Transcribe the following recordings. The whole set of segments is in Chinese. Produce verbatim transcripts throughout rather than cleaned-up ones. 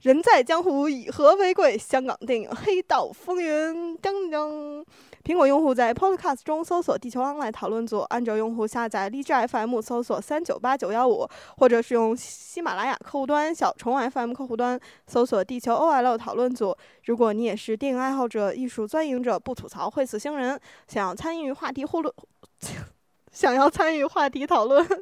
人在江湖以和为贵，香港电影黑道风云锵锵。苹果用户在 Podcast 中搜索地球 Online 讨论组，安卓用户下载荔枝 F M 搜索三九八九一五，或者是用喜马拉雅客户端、小虫 F M 客户端搜索地球 O L 讨论组。如果你也是电影爱好者、艺术钻营者、不吐槽会死星人，想要参与话题互论，想要参与话题讨论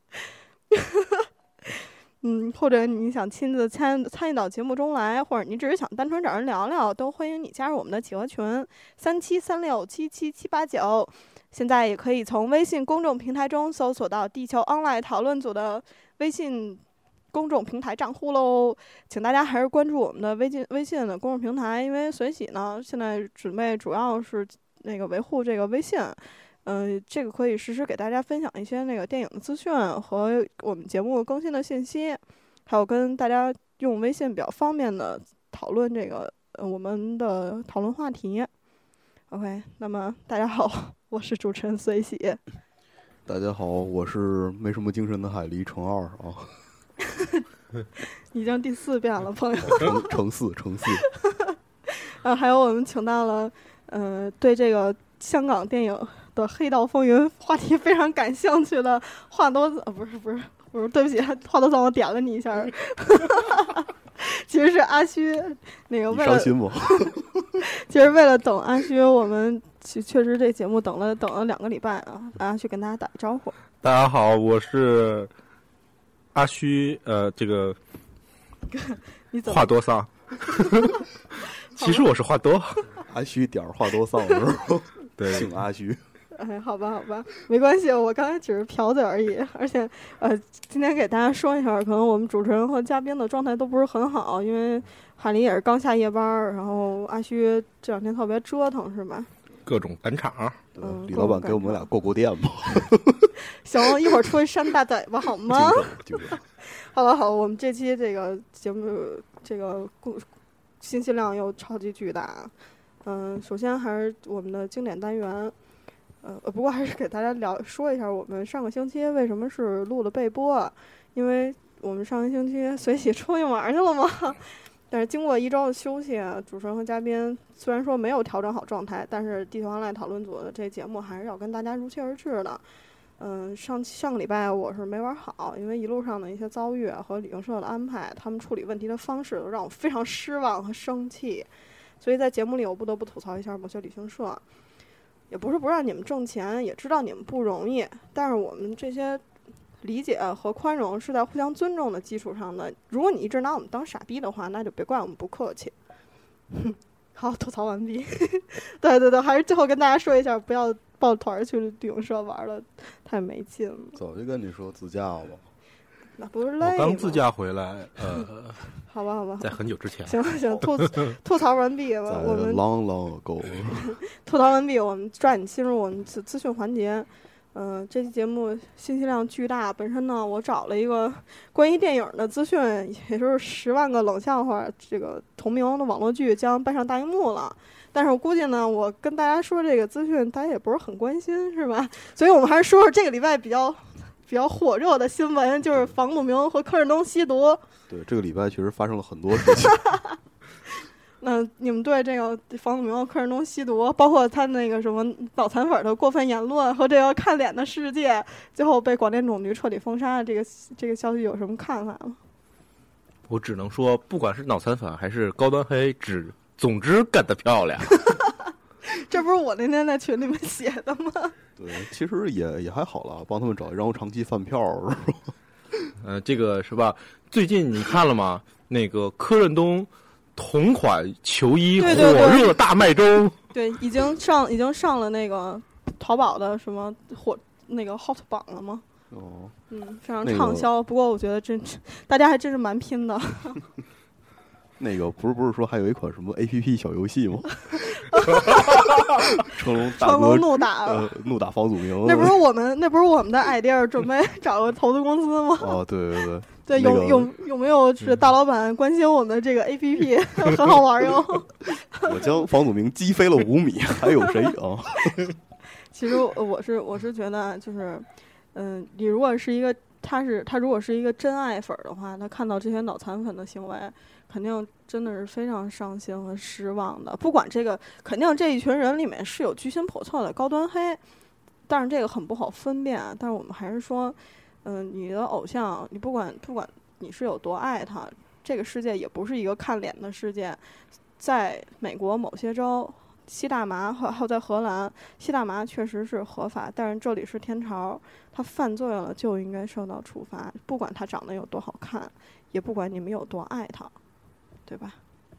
嗯，或者你想亲自参参与到节目中来，或者你只是想单纯找人聊聊，都欢迎你加入我们的企鹅群三七三六七七七八九。现在也可以从微信公众平台中搜索到地球 Online 讨论组的微信公众平台账户喽。请大家还是关注我们的微信微信的公众平台，因为随喜呢现在准备主要是那个维护这个微信。嗯、呃，这个可以实时给大家分享一些那个电影的资讯和我们节目更新的信息，还有跟大家用微信比较方便的讨论这个、呃、我们的讨论话题。OK， 那么大家好，我是主持人随喜。 大家好，我是没什么精神的海狸乘二啊。 已经第四遍了，朋友。 乘乘四乘四。 啊，还有我们请到了，呃，对这个香港电影的黑道风云话题非常感兴趣的话多子、呃、不是不是不是，对不起，话多子我点了你一下。其实是阿虚，那个为了伤心吗？ 其实为了等阿虚，我们确实这节目等了等了两个礼拜啊。阿虚跟大家打个招呼。 大家好，我是阿虚，呃，这个你怎么话多丧。其实我是话多， 阿虚点儿话多丧是吧？ 对， 姓阿虚。 哎，好吧，好吧，没关系，我刚才只是嫖嘴而已。而且，呃，今天给大家说一下，可能我们主持人和嘉宾的状态都不是很好，因为海林也是刚下夜班，然后阿虚这两天特别折腾，是吧？ 各种赶场。 嗯， 李老板给我们俩过过电吧。 行，一会儿出去扇大嘴巴好吗？好了，好，我们这期这个节目这个信息量又超级巨大。嗯，首先还是我们的经典单元。呃，不过还是给大家聊说一下，我们上个星期为什么是录了备播，因为我们上个星期随喜出去玩去了嘛。但是经过一周的休息，主持人和嘉宾虽然说没有调整好状态，但是地球 Online 讨论组的这节目还是要跟大家如期而至的。嗯，上上个礼拜我是没玩好，因为一路上的一些遭遇和旅行社的安排，他们处理问题的方式都让我非常失望和生气。所以在节目里我不得不吐槽一下某些旅行社。也不是不让你们挣钱，也知道你们不容易，但是我们这些理解和宽容是在互相尊重的基础上的。如果你一直拿我们当傻逼的话，那就别怪我们不客气。好，吐槽完毕。对对对，还是最后跟大家说一下，不要抱团去旅行社玩了，太没劲了。 早就跟你说自驾吧。 那不是累吗？ 我刚自驾回来，呃， 好吧，好吧， 在很久之前。 行行，吐吐槽完毕了，我们 long long ago。 吐槽完毕，我们抓紧进入我们资讯环节。嗯、呃，这期节目信息量巨大，本身呢，我找了一个关于电影的资讯，也就是十万个冷笑话，这个同名的网络剧将搬上大荧幕了。但是我估计呢，我跟大家说这个资讯，大家也不是很关心，是吧？所以我们还是说说这个礼拜比较。比较火热的新闻就是房祖名和柯震东吸毒。 对，这个礼拜确实发生了很多事情。 那你们对这个房祖名和柯震东吸毒，包括他那个什么脑残粉的过分言论和这个看脸的世界，最后被广电总局彻底封杀，这个这个消息有什么看法吗？ 我只能说，不管是脑残粉还是高端黑，只总之干得漂亮。 这不是我那天在群里面写的吗？ 对，其实也也还好了，帮他们找一张长期饭票是吧？ 呃，这个是吧？最近你看了吗？那个柯震东同款球衣火热大卖中。 对，已经上已经上了那个淘宝的什么火那个 hot 榜了吗？ 哦， 嗯，非常畅销。那个、不过我觉得真大家还真是蛮拼的。 那个不是不是说还有一款什么 A P P 小游戏吗？成龙大哥成龙怒打呃怒打房祖名， 那不是我们那不是我们的 idea 准备找个投资公司吗？ 哦，对对对， 对，有、那个、有有没有是大老板关心我们这个 A P P？ 很好玩哟。 我将房祖名击飞了五米，还有谁啊？ 其实我是我是觉得就是，嗯、呃，你如果是一个他是他如果是一个真爱粉的话，他看到这些脑残粉的行为，肯定真的是非常伤心和失望的。不管这个，肯定这一群人里面是有居心叵测的高端黑，但是这个很不好分辨。但是我们还是说，嗯、呃，你的偶像，你不管不管你是有多爱他，这个世界也不是一个看脸的世界。在美国某些州，吸大麻还有在荷兰，吸大麻确实是合法，但是这里是天朝，他犯罪了就应该受到处罚，不管他长得有多好看，也不管你们有多爱他，对吧？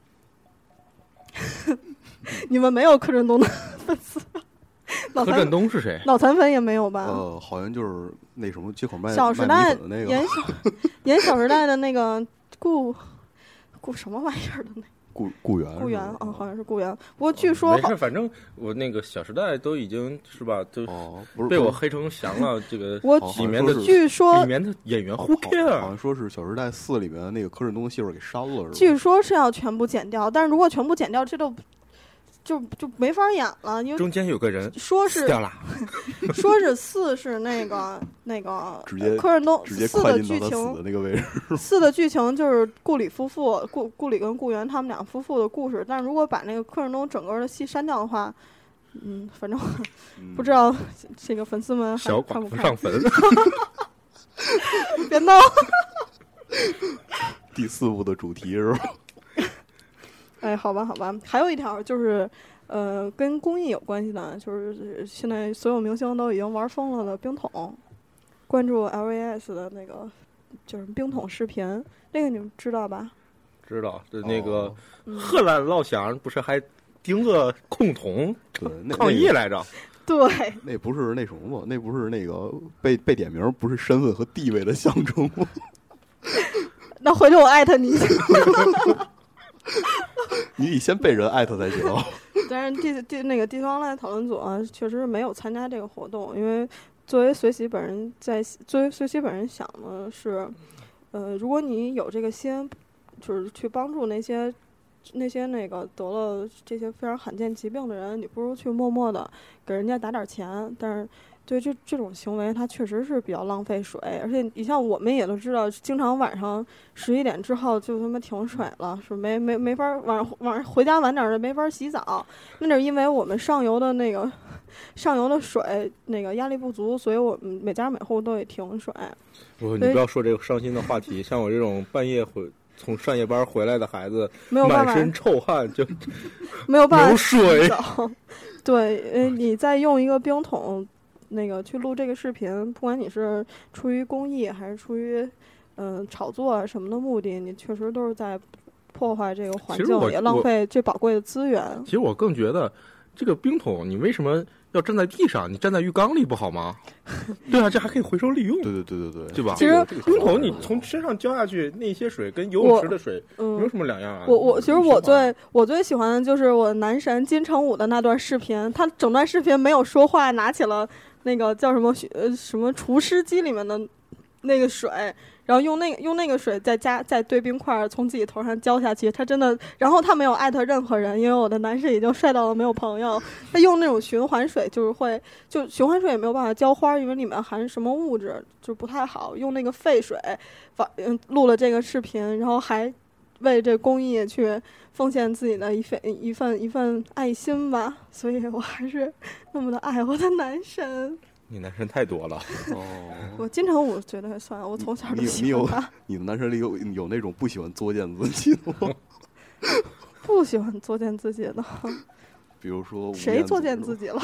你们没有柯震东的粉丝？ 柯震东是谁？ 脑残粉也没有吧？ 呃，好像就是那什么街口卖小时代卖米粉的那个演小演小时代的那个顾顾什么玩意儿的那个。 顾顾源， 顾源啊、嗯，好像是顾源。不过据说、 哦、没事，反正我那个《小时代》都已经是吧，都被我黑成翔了。这个我里面的据说里面的演员 Who care？ 好像说是《小时代四》里面那个柯震东的戏份给删了，是吧？ 据说是要全部剪掉，但是如果全部剪掉，这都就就没法演了，因为中间有个人说是掉了， 说是四是那个那个直接柯震东直接四的剧情的那个位置， 四的剧情就是顾里夫妇顾顾里跟顾源他们俩夫妇的故事，但如果把那个柯震东整个的戏删掉的话，嗯，反正不知道这个粉丝们还看不看上坟， 别闹。 第四部的主题是吧？ 哎，好吧，好吧，还有一条就是，呃，跟公益有关系的，就是现在所有明星都已经玩疯了的冰桶，关注 L V S 的那个就是冰桶视频，那个你们知道吧？ 知道，就那个荷兰老乡不是还盯着空桶抗议来着？ 对， 那不是那什么吗？那不是那个被被点名，不是身份和地位的象征吗？ 那回头我艾特你。 你得先被人艾特才行。 但是地地那个地方赖讨论组啊，确实没有参加这个活动，因为作为随喜本人在作为随喜本人想的是，呃，如果你有这个心，就是去帮助那些那些那个得了这些非常罕见疾病的人，你不如去默默的给人家打点钱，但是。对这这种行为，它确实是比较浪费水，而且你像我们也都知道，经常晚上十一点之后就他妈停水了，是没没没法晚上晚上回家晚点的没法洗澡，那是因为我们上游的那个上游的水那个压力不足，所以我们每家每户都得停水。 不，你不要说这个伤心的话题，像我这种半夜回从上夜班回来的孩子， 没有办法满身臭汗就没有办法流水。 对，呃，你再用一个冰桶。那个去录这个视频，不管你是出于公益还是出于嗯、呃、炒作啊什么的目的，你确实都是在破坏这个环境，也浪费最宝贵的资源。 其实我更觉得，这个冰桶你为什么要站在地上？你站在浴缸里不好吗？对啊，这还可以回收利用。 对对对对对， 对吧？ 其实冰桶你从身上浇下去，那些水跟游泳池的水没有什么两样啊。 我我其实我最我最喜欢的就是我男神金城武的那段视频，他整段视频没有说话，拿起了。那个叫什么呃什么除湿机里面的那个水，然后用那个用那个水再加再兑冰块，从自己头上浇下去。他真的，然后他没有艾特任何人，因为我的男神已经帅到了没有朋友。他用那种循环水，就是会就循环水也没有办法浇花，因为里面含什么物质就不太好。用那个废水，嗯录了这个视频，然后还为这公益去奉献自己的一份一份一份爱心吧，所以我还是那么的爱我的男神。 你男神太多了哦！ 我金城武绝对算，我从小就喜欢他。 你的男神里有有那种不喜欢作践自己的吗？ 不喜欢作践自己的， 比如说谁作践自己了？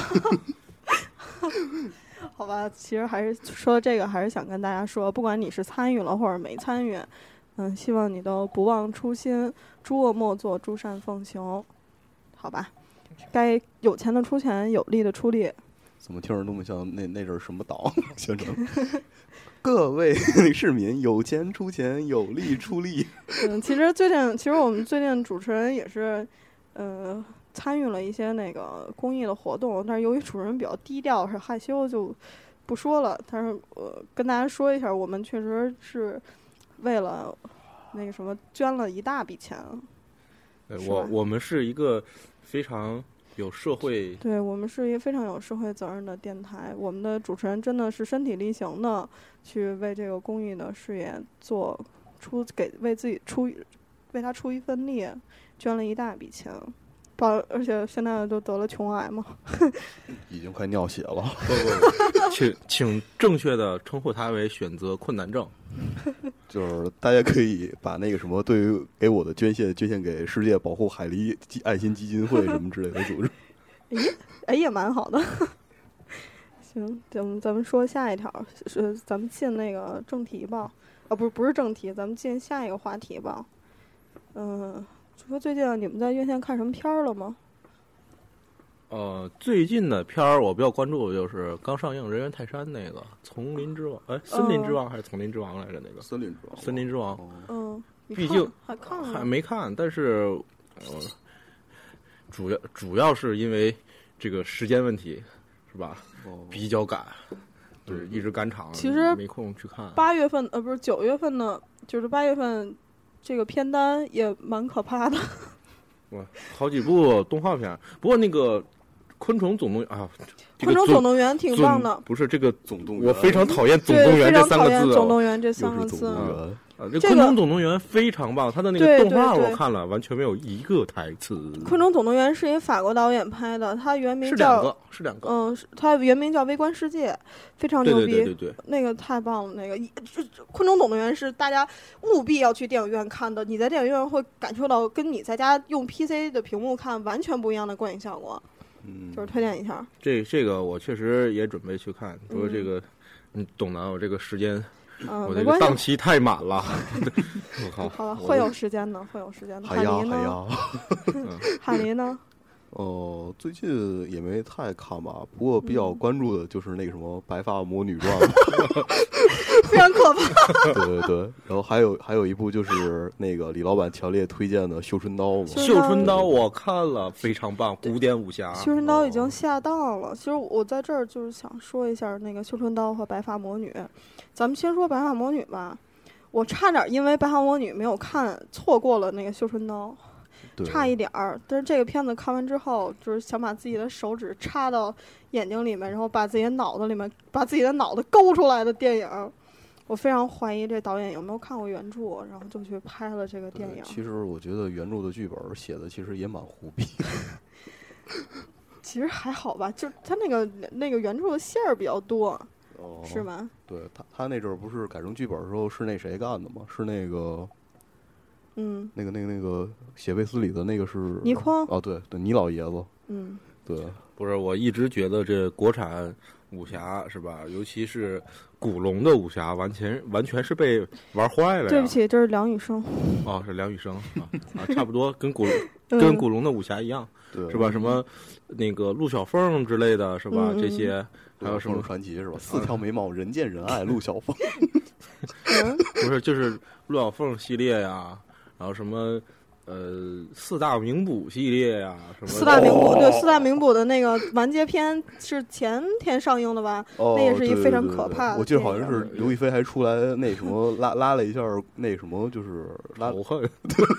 好吧，其实还是说这个，还是想跟大家说，不管你是参与了或者没参与。嗯，希望你都不忘初心，诸恶莫作，诸善奉行，好吧？该有钱的出钱，有力的出力。 怎么听着那么像那那阵什么岛宣传？各位市民，有钱出钱，有力出力。 嗯，其实最近，其实我们最近主持人也是，呃，参与了一些那个公益的活动，但是由于主持人比较低调，是害羞就不说了。但是呃，跟大家说一下，我们确实是。为了那个什么捐了一大笔钱， 对我我们是一个非常有社会， 对，我们是一个非常有社会责任的电台，我们的主持人真的是身体力行的去为这个公益的事业做出给为自己出为他出一份力，捐了一大笔钱。包而且现在都得了穷癌嘛， 已经快尿血了。 不不不，请请正确的称呼它为选择困难症。 就是大家可以把那个什么，对于给我的捐献捐献给世界保护海狸爱心基金会什么之类的组织。 哎哎，也蛮好的。行，咱们咱们说下一条，是咱们进那个正题吧？啊，不是不是正题，咱们进下一个话题吧。嗯。说最近你们在院线看什么片儿了吗？ 呃，最近的片儿我比较关注的就是刚上映《人猿泰山》那个《丛林之王》，哎，《森林之王》还是《丛林之王》来着？那个《 森林之王》。 森林之王。 嗯， 毕竟还看还没看，但是呃，主要主要是因为这个时间问题，是吧？ 哦、 比较赶，就是一直赶场， 其实没空去看。 八月份呃，不是九月份的，就是八月份。这个片单也蛮可怕的， 哇，好几部动画片。不过那个《昆虫总动员》啊，这个、 昆虫总动员挺棒的。 不是这个总动员， 我非常讨厌总动员这三个字。 总动员这三个字。 啊，这《昆虫总动员》非常棒，它的那个动画我看了，完全没有一个台词。 《昆虫总动员》是一法国导演拍的，他原名叫是两个，是两个。 嗯，他原名叫《微观世界》，非常牛逼。 对对对对对， 那个太棒了。那个《昆虫总动员》是大家务必要去电影院看的，你在电影院会感受到跟你在家用 P C 的屏幕看完全不一样的观影效果。 嗯， 就是推荐一下。 这这个我确实也准备去看，不过这个你懂的，我这个时间。 嗯， 我这个档期太满了。我靠！ 好了，会有时间的，会有时间的。 海狸呢？ 海狸呢？ 哦、呃，最近也没太看吧，不过比较关注的就是那个什么《白发魔女传》 非常可怕。 对对对，然后还有还有一部就是那个李老板强烈推荐的《绣春刀》嘛。 绣春刀我看了，非常棒，古典武侠。 绣春刀已经下档了。其实我在这儿就是想说一下那个绣春刀和白发魔女。咱们先说白发魔女吧。我差点因为白发魔女没有看，错过了那个绣春刀。差一点儿，但是这个片子看完之后，就是想把自己的手指插到眼睛里面，然后把自己的脑子里面把自己的脑子勾出来的电影。我非常怀疑这导演有没有看过原著，然后就去拍了这个电影。 其实我觉得原著的剧本写的其实也蛮胡逼。 其实还好吧，就他那个那个原著的馅儿比较多， 哦、 是吧？ 对他他那阵儿不是改成剧本的时候是那谁干的吗？是那个。 嗯， 那个、那个、那个写卫斯理的那个是倪匡哦，对对，倪老爷子， 嗯， 对， 不是，我一直觉得这国产武侠是吧，尤其是古龙的武侠，完全完全是被玩坏了呀。 对不起，这是梁羽生。 哦，是梁羽生啊，啊，差不多跟古跟古龙的武侠一样， 对， 是吧？什么那个陆小凤之类的是吧？ 嗯、 这些还有什么传奇是吧？四条眉毛，人见人爱，陆小凤。 嗯， 不是，就是陆小凤系列呀。然后什么，呃，四大名捕系列呀、啊，什么四大名捕、哦、对，四大名捕的那个完结篇是前天上映的吧？ 哦， 那也是一非常可怕的。 我记得好像是刘亦菲还出来那什么拉拉了一下，那什么就是拉仇恨，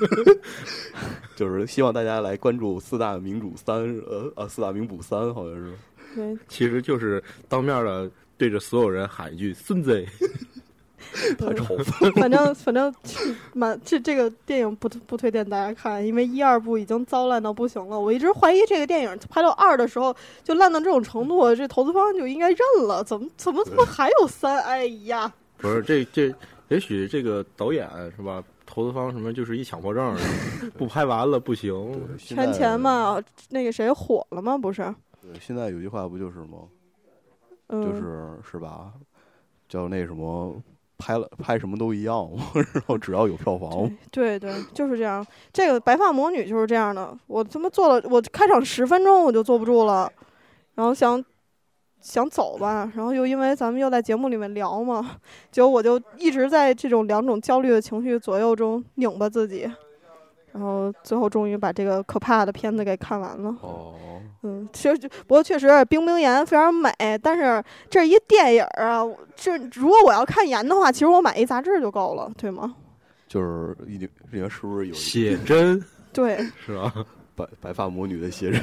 就是希望大家来关注四大名捕三，呃啊，四大名捕三好像是。 对， 其实就是当面的对着所有人喊一句“孙子”。 太丑了， 反正反正蛮这这个电影不不推荐大家看，因为一二部已经糟烂到不行了。我一直怀疑这个电影拍到二的时候就烂到这种程度，这投资方就应该认了，怎么怎么怎么还有三？哎呀， 不是这这，也许这个导演是吧？投资方什么就是一强迫症，不拍完了不行， 圈钱嘛。那个谁火了吗？不是？ 对，现在有句话不就是吗？ 嗯、 就是是吧？叫那什么。拍了拍什么都一样，然后只要有票房。 对 对, 对，就是这样。这个白发魔女就是这样的。我他妈做了，我开场十分钟我就坐不住了，然后想想走吧，然后又因为咱们又在节目里面聊嘛，结果我就一直在这种两种焦虑的情绪左右中拧巴自己，然后最后终于把这个可怕的片子给看完了。 哦。 嗯，其实不过确实冰冰岩非常美，但是这一电影啊，这如果我要看岩的话，其实我买一杂志就够了，对吗？ 就是里面是不是有写真？ 对， 是吧？ 白白发魔女的写真。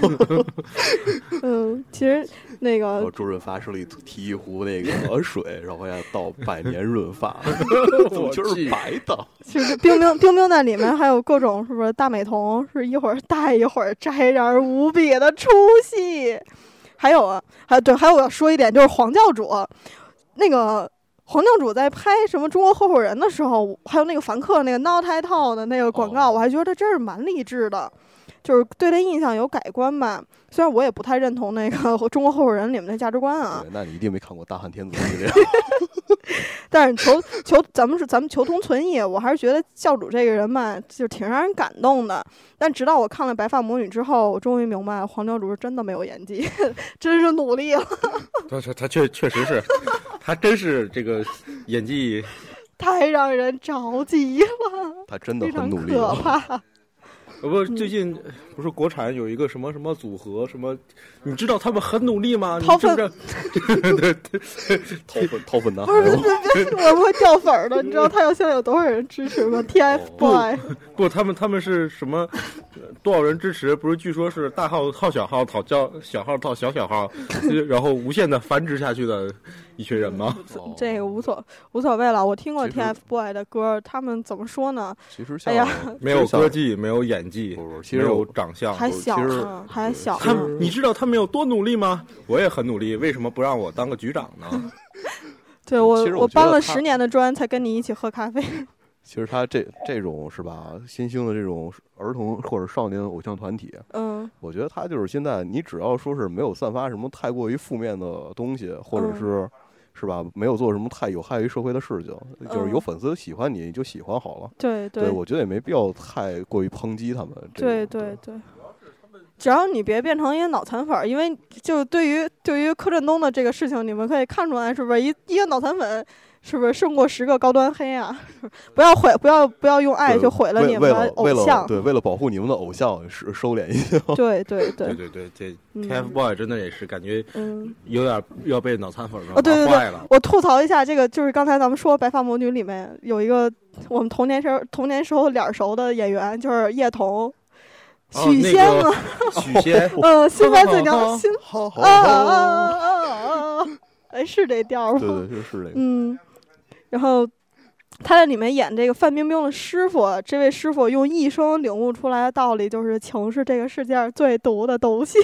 嗯，其实那个然后周润发手里提一壶那个水，然后要倒百年润发，怎么就是白的？ 其实冰冰冰冰在里面还有各种是不是大美瞳，是一会儿戴一会儿摘，让人无比的出戏。还有啊，还对，还有我要说一点，就是黄教主那个。黄教主在拍什么中国合伙人的时候，还有那个凡客那个 Not at all 的那个广告，我还觉得他真是蛮励志的，就是对他印象有改观吧。虽然我也不太认同那个中国合伙人里面的价值观啊。 对，那你一定没看过《大汉天子》系列。 但是求求咱们是咱们求同存异，我还是觉得教主这个人吧，就挺让人感动的。但直到我看了《白发魔女》之后，我终于明白黄教主是真的没有演技，真是努力了。 他他他确确实是，他真是这个演技太让人着急了。 他真的很努力了，可怕。 不，最近不是国产有一个什么什么组合什么，你知道他们很努力吗？ 掏粪， 对对， 掏粪掏粪男孩。 不是不是不是，我们会掉粉的。你知道他有现在有多少人支持吗 ？T F boy。 不不，他们他们是什么？多少人支持？不是，据说是大号套小号套叫小号套小小号，然后无限的繁殖下去的一群人吗？ 这个无所无所谓了。我听过 T F boy 的歌，他们怎么说呢？ 其实哎呀， 没有歌技，没有演技， 其实没有长相， 还小，还小。 他们，你知道他们有多努力吗？我也很努力，为什么不让我当个局长呢？ 对我，我搬了十年的砖，才跟你一起喝咖啡。 其实他这这种是吧，新兴的这种儿童或者少年偶像团体， 嗯， 我觉得他就是现在，你只要说是没有散发什么太过于负面的东西，或者是、嗯、是吧，没有做什么太有害于社会的事情，嗯、就是有粉丝喜欢你，你就喜欢好了。 对对, 对，我觉得也没必要太过于抨击他们。 对对对。只要你别变成一个脑残粉，因为就对于对于柯震东的这个事情，你们可以看出来，是不是一一个脑残粉，是不是胜过十个高端黑啊？不要毁，不要不要用爱去毁了你们的偶像。 对，为了保护你们的偶像，是收敛一下。 对对对对对对，这 T F boy 真的也是感觉有点要被脑残粉哦对对对，我吐槽一下这个，就是刚才咱们说《白发魔女》里面有一个我们童年时候童年时候脸熟的演员，就是叶童。许仙吗？ 许仙， 嗯，新白最娘，新啊啊啊啊！哎，是这调吗？ 对对，就是这个。 嗯，然后他在里面演这个范冰冰的师傅，这位师傅用一生领悟出来的道理就是情是这个世界上最毒的东西。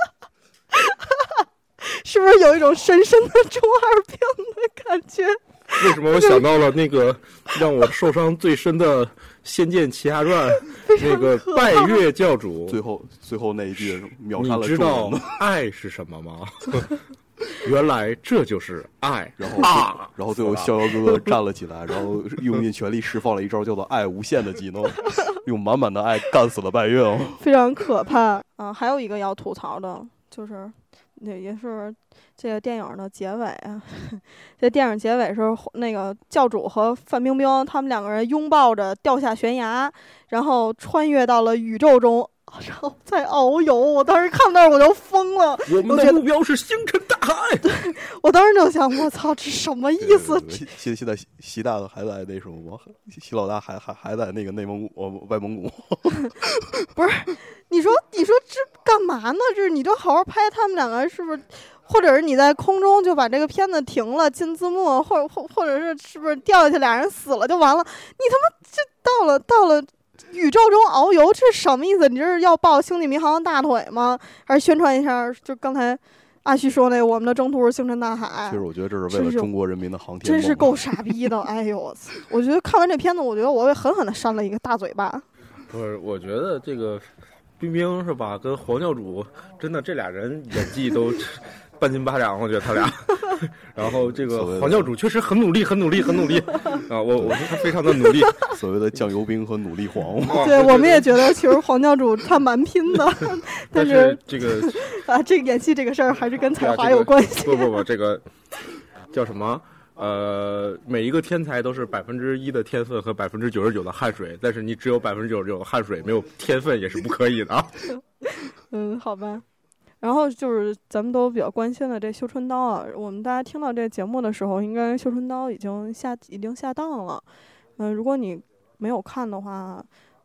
是不是有一种深深的中二病的感觉？ 为什么我想到了那个让我受伤最深的《仙剑奇侠传》那个拜月教主， 最后最后那一句秒杀了。 你知道爱是什么吗？原来这就是爱。 然后、啊、然后最后逍遥哥哥站了起来，然后用尽全力释放了一招叫做爱无限的技能，用满满的爱干死了拜月哦， 非常可怕啊！还有一个要吐槽的就是也也是这个电影的结尾啊，这电影结尾是那个教主和范冰冰他们两个人拥抱着掉下悬崖，然后穿越到了宇宙中，然后再遨游。我当时看那儿我就疯了。 我们的目标是星辰大海。 对，我当时就想，我操，这什么意思？ 现现在习大大还在那什么吗？习老大还还还在那个内蒙古、呃、外蒙古。 不是，你说你说这干嘛呢？这你就好好拍他们两个，是不是？或者是你在空中就把这个片子停了，进字幕，或者或或者是是不是掉下去俩人死了就完了？你他妈这到了到了宇宙中遨游，这是什么意思？你这是要抱星际迷航的大腿吗？还是宣传一下？就刚才阿旭说那我们的征途是星辰大海。 其实我觉得这是为了中国人民的航天梦，真是够傻逼的。哎呦我操！我觉得看完这片子，我觉得我会狠狠的扇了一个大嘴巴。 不是，我觉得这个冰冰是吧，跟黄教主真的这俩人演技都半斤八两，我觉得他俩。然后这个黄教主确实很努力，很努力，很努力啊！我我觉得他非常的努力。 所谓的酱油兵和努力黄。 对，我们也觉得其实黄教主他蛮拼的，但是这个啊，这个演戏这个事儿还是跟才华有关系。 不不不，这个叫什么？呃，每一个天才都是百分之一的天分和百分之九十九的汗水，但是你只有百分之九十九的汗水，没有天分也是不可以的。 嗯，好吧。然后就是咱们都比较关心的这绣春刀啊，我们大家听到这节目的时候，应该绣春刀已经下已经下档了。嗯、呃，如果你没有看的话，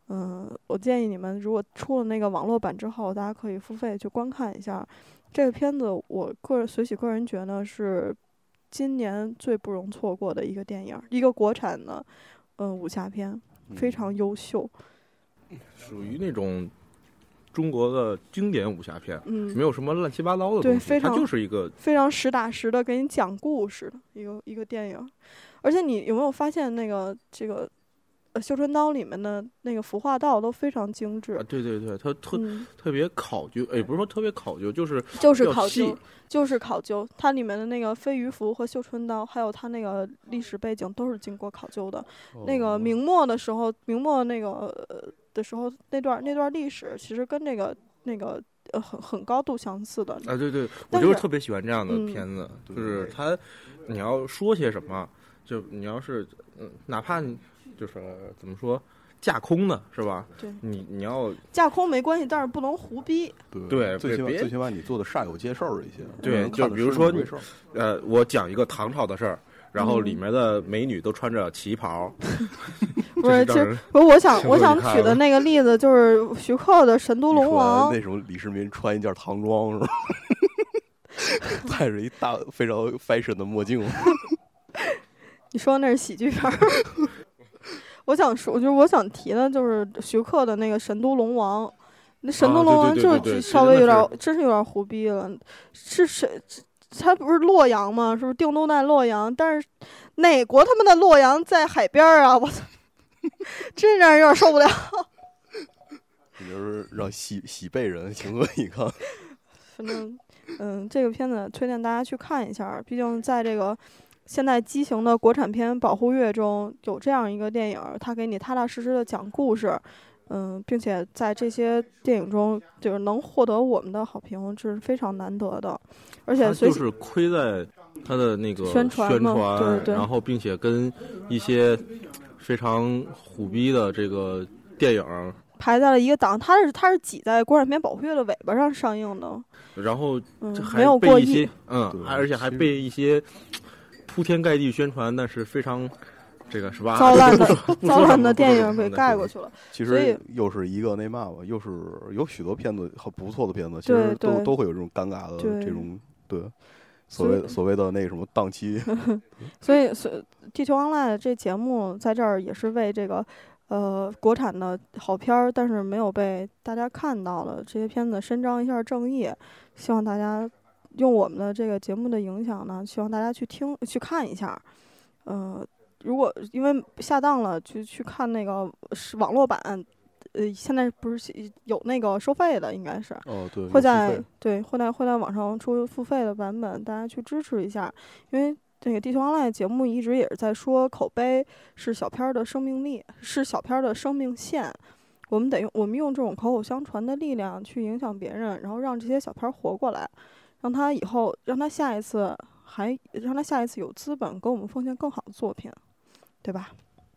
嗯，我建议你们如果出了那个网络版之后，大家可以付费去观看一下这个片子。我个人随喜个人觉得是今年最不容错过的一个电影，一个国产的嗯武侠片，非常优秀， 属于那种中国的经典武侠片， 嗯， 没有什么乱七八糟的东西， 对，非常它就是一个非常实打实的给你讲故事的一个一个电影。而且你有没有发现那个这个呃绣春刀里面的那个服化道都非常精致？ 啊，对对对，它特、 嗯、 特别考究，也不是说特别考究，就是就是考究，就是考究。它里面的那个飞鱼服和绣春刀，还有它那个历史背景都是经过考究的。 哦、 那个明末的时候，明末那个、呃、的时候那段那段历史，其实跟那个那个。呃，很很高度相似的啊，对对，我就是特别喜欢这样的片子， 嗯、 就是它，你要说些什么，就你要是，嗯，哪怕你就是怎么说架空的是吧？ 对， 你你要架空没关系，但是不能胡逼。 对， 最起码别最起码你做的煞有介事儿一些。 对，就比如说你，呃，我讲一个唐朝的事儿。然后里面的美女都穿着旗袍， 嗯、不是，其实不是我想我想举的那个例子就是徐克的《神都龙王》， 那时候李世民穿一件唐装是吧？戴着一大非常 fashion 的墨镜。 你说那是喜剧片？我想说，就是我想提的就是徐克的那个《神都龙王》，那《神都龙王》就是稍微有点，真是有点胡逼了，是谁？他不是洛阳吗？是不是定都在洛阳？但是哪国他们的洛阳在海边啊？我操，真让人有点受不了。 你就是让西西北人情何以堪？ 反正，嗯，这个片子推荐大家去看一下，毕竟在这个现在畸形的国产片保护月中，有这样一个电影，它给你踏踏实实的讲故事。嗯，并且在这些电影中，就是能获得我们的好评，这是非常难得的。而且就是亏在他的那个宣传， 宣传对对， 然后并且跟一些非常虎逼的这个电影排在了一个档，它是它是挤在国产片保护月的尾巴上上映的， 然后嗯， 还没有过亿， 嗯，而且还被一些铺天盖地宣传，但是非常。这个是吧？ 糟烂的糟烂的电影给盖过去了。 其实又是一个那嘛吧，又是有许多片子很不错的片子，其实都都会有这种尴尬的这种对所谓所谓的那什么档期。 所以，所以《地球 Online》这节目在这儿也是为这个呃国产的好片儿，但是没有被大家看到的这些片子伸张一下正义，希望大家用我们的这个节目的影响呢，希望大家去听去看一下，呃。如果因为下档了，就去看那个网络版，呃，现在不是有那个收费的，应该是哦，对， 会在对会在会在网上出付费的版本，大家去支持一下。因为这个《地球 Online》节目一直也是在说，口碑是小片的生命力，是小片的生命线。我们得用我们用这种口口相传的力量去影响别人，然后让这些小片活过来，让他以后让他下一次还让他下一次有资本给我们奉献更好的作品。对吧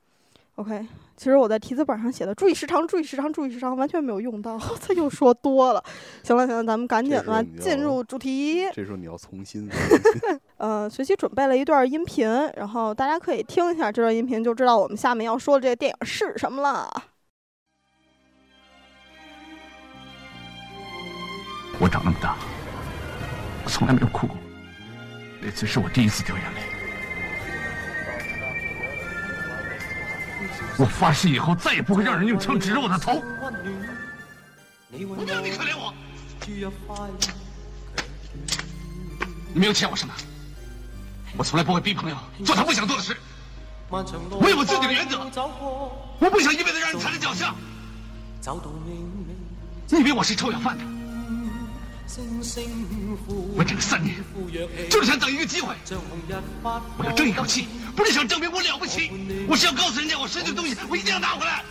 ？OK， 其实我在题字本上写的“注意时长，注意时长，注意时长”，完全没有用到，他又说多了。行了行了，咱们赶紧的进入主题。 这时候你要重新。 呃，随机准备了一段音频，然后大家可以听一下这段音频，就知道我们下面要说的这个电影是什么了。 我长那么大，我从来没有哭过，那次是我第一次掉眼泪。我发誓以后再也不会让人用枪指着我的头。我没有你可怜我，你没有欠我什么。我从来不会逼朋友做他不想做的事。我有我自己的原则，我不想一辈子让人踩在脚下。你以为我是臭要饭的？我整了三年，就是想等一个机会。我要争一口气，不是想证明我了不起，我是要告诉人家我失去的东西，我一定要拿回来。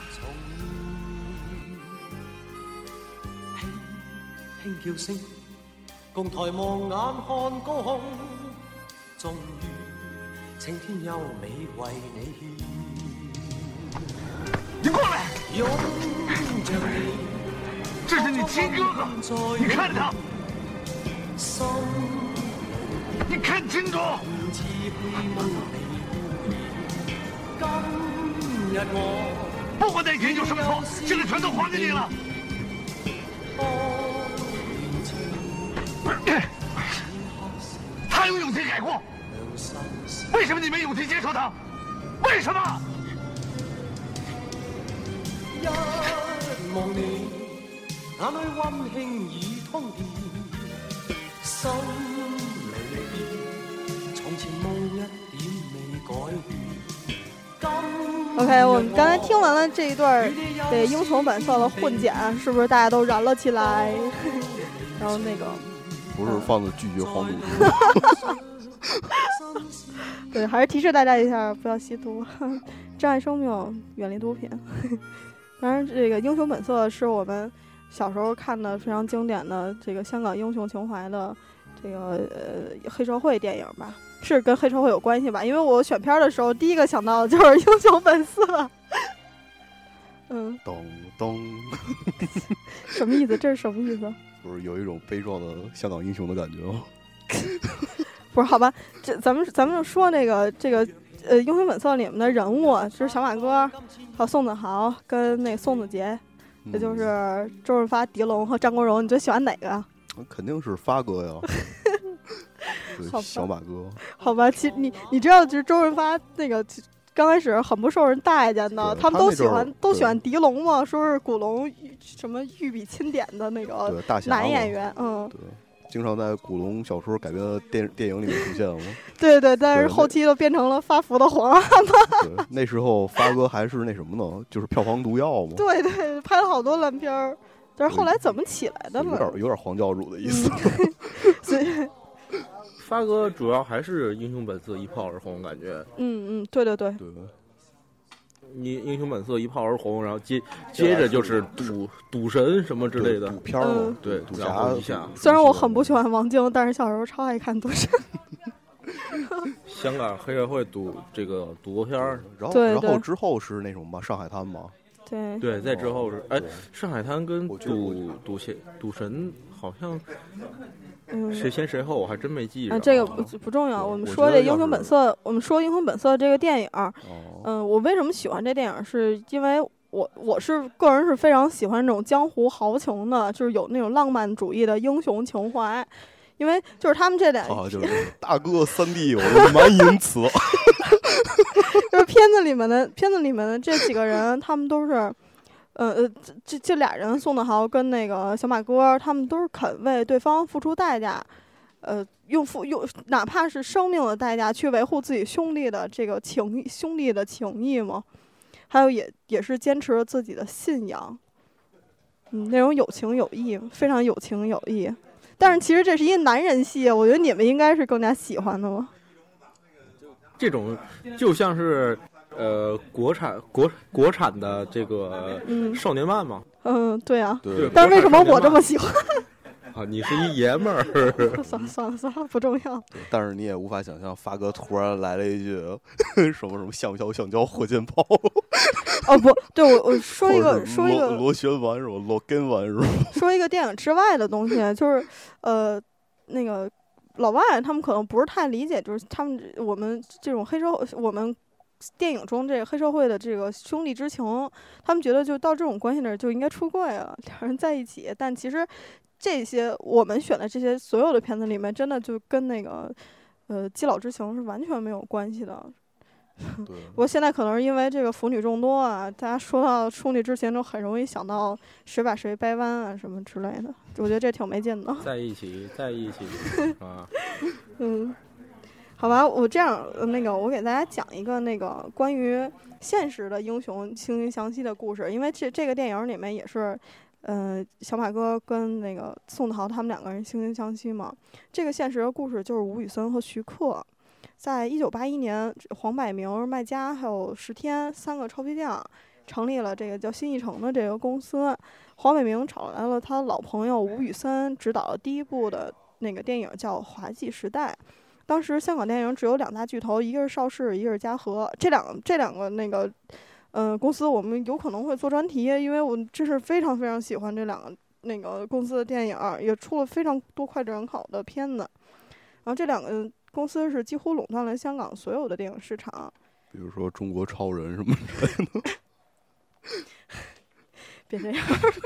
輕輕叫聲，共抬望眼看高空，終於青天優美為你獻。 你過來！ 擁着你， 這是你親哥哥，你看他。你看清楚！ 今日我不管那天有什么错，现在全都还给你了。他有勇气改过，为什么你没勇气接受他？为什么？ 一望你，眼里温馨已通电，心里边从前梦一点未改变。 OK， 我们刚才听完了这一段对英雄本色的混剪，是不是大家都燃了起来？然后那个不是放的拒绝黄赌毒。 对，还是提示大家一下，不要吸毒，珍爱生命，远离毒品。当然，这个英雄本色是我们小时候看的非常经典的这个香港英雄情怀的这个呃黑社会电影吧。是跟黑社会有关系吧？因为我选片的时候，第一个想到的就是英雄本色。嗯， 咚咚， 什么意思？这是什么意思？ 不是有一种悲壮的香港英雄的感觉吗？ 不是，好吧，这咱们咱们就说那个这个呃英雄本色里面的人物，就是小马哥，还有宋子豪跟那个宋子杰， 嗯、 也就是周润发、狄龙和张国荣，你最喜欢哪个？ 肯定是发哥呀。对，小马哥， 好吧，其实你你知道，就是周润发那个刚开始很不受人待见的，他们都喜欢都喜欢狄龙嘛，说是古龙什么御笔钦点的那个男演员，嗯， 对，经常在古龙小说改编的电电影里面出现了。 对对，但是后期都变成了发福的皇阿玛。 对，那时候发哥还是那什么呢？就是票房毒药嘛。 对对，拍了好多烂片儿，但是后来怎么起来的呢？ 有点有点黄教主的意思。 所以。 发哥主要还是英雄本色一炮而红，感觉。 嗯嗯，对对对。 对。 你英雄本色一炮而红，然后接接着就是赌赌神什么之类的赌片儿， 嗯、 对， 赌侠一下。 虽然我很不喜欢王晶，但是小时候超爱看赌神。 香港黑社会赌这个赌博片儿， 然后对对然后之后是那种吧，上海滩嘛。 对对，在之后是哎，上海滩跟赌赌神赌神好像。 嗯， 谁先谁后我还真没记着。 啊，这个不不重要。我们说这《英雄本色》，我们说《英雄本色》这个电影，嗯、 哦呃，我为什么喜欢这电影，是因为我我是个人是非常喜欢那种江湖豪情的，就是有那种浪漫主义的英雄情怀。因为就是他们这俩， 啊，就是大哥三弟，我的满淫词。 就是片子里面的片子里面的这几个人，他们都是。呃呃，这这俩人，宋子豪跟那个小马哥，他们都是肯为对方付出代价，呃，用付用哪怕是生命的代价去维护自己兄弟的这个情兄弟的情谊嘛，还有也也是坚持了自己的信仰，嗯，那种有情有义，非常有情有义。但是其实这是一个男人戏，我觉得你们应该是更加喜欢的嘛。 这种就像是。呃，国产国国产的这个少年漫嘛， 嗯，对啊， 对。 但是为什么我这么喜欢？ 啊，你是一爷们儿。 算了算了算了，不重要。 但是你也无法想象，发哥突然来了一句什么什么橡胶橡胶火箭炮。 哦不对，我我说一个说一个螺旋丸是吧？螺根丸是吧？ 说一个电影之外的东西，就是呃那个老外他们可能不是太理解，就是他们我们这种黑社会我们。电影中这个黑社会的这个兄弟之情，他们觉得就到这种关系那儿就应该出柜了，两人在一起。但其实这些我们选的这些所有的片子里面，真的就跟那个呃基佬之情是完全没有关系的。不过现在可能是因为这个腐女众多啊，大家说到兄弟之情就很容易想到谁把谁掰弯啊什么之类的，我觉得这挺没劲的。 在一起，在一起啊， 嗯。好吧，我这样那个，我给大家讲一个那个关于现实的英雄惺惺相惜的故事，因为这这个电影里面也是，呃，小马哥跟那个宋子豪他们两个人惺惺相惜嘛。这个现实的故事就是吴宇森和徐克，在一九八一年，黄百鸣、麦嘉还有石天三个臭皮匠成立了这个叫新艺城的这个公司。黄百鸣找来了他老朋友吴宇森，执导了第一部的那个电影叫《滑稽时代》。当时香港电影只有两大巨头，一个是邵氏，一个是嘉禾。这两个这两个那个，呃，公司我们有可能会做专题，因为我真是非常非常喜欢这两个那个公司的电影，也出了非常多脍炙人口的片子。然后这两个公司是几乎垄断了香港所有的电影市场， 比如说中国超人什么之类的。 别这样。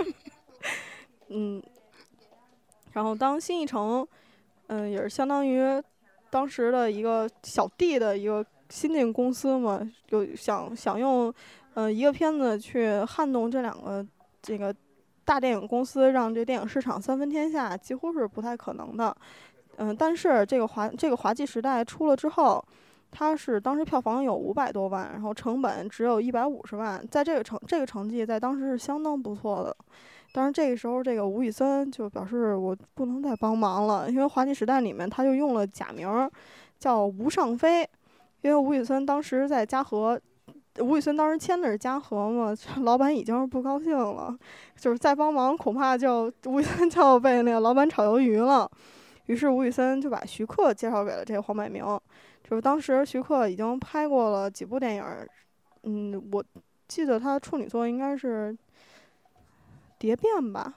嗯，然后当新艺城，嗯、呃，也是相当于当时的一个小弟的一个新进公司嘛，有想想用呃一个片子去撼动这两个这个大电影公司，让这电影市场三分天下，几乎是不太可能的。嗯、呃，但是这个滑这个滑稽时代出了之后，它是当时票房有五百多万，然后成本只有一百五十万，在这个成这个成绩在当时是相当不错的。当然这个时候这个吴宇森就表示我不能再帮忙了，因为滑稽时代里面他就用了假名叫吴尚飞，因为吴宇森当时在嘉禾，吴宇森当时签的是嘉禾嘛，老板已经不高兴了，就是再帮忙恐怕就吴宇森就要被那个老板炒鱿鱼了。于是吴宇森就把徐克介绍给了这个黄百鸣，就是当时徐克已经拍过了几部电影，嗯，我记得他处女作应该是蝶变吧，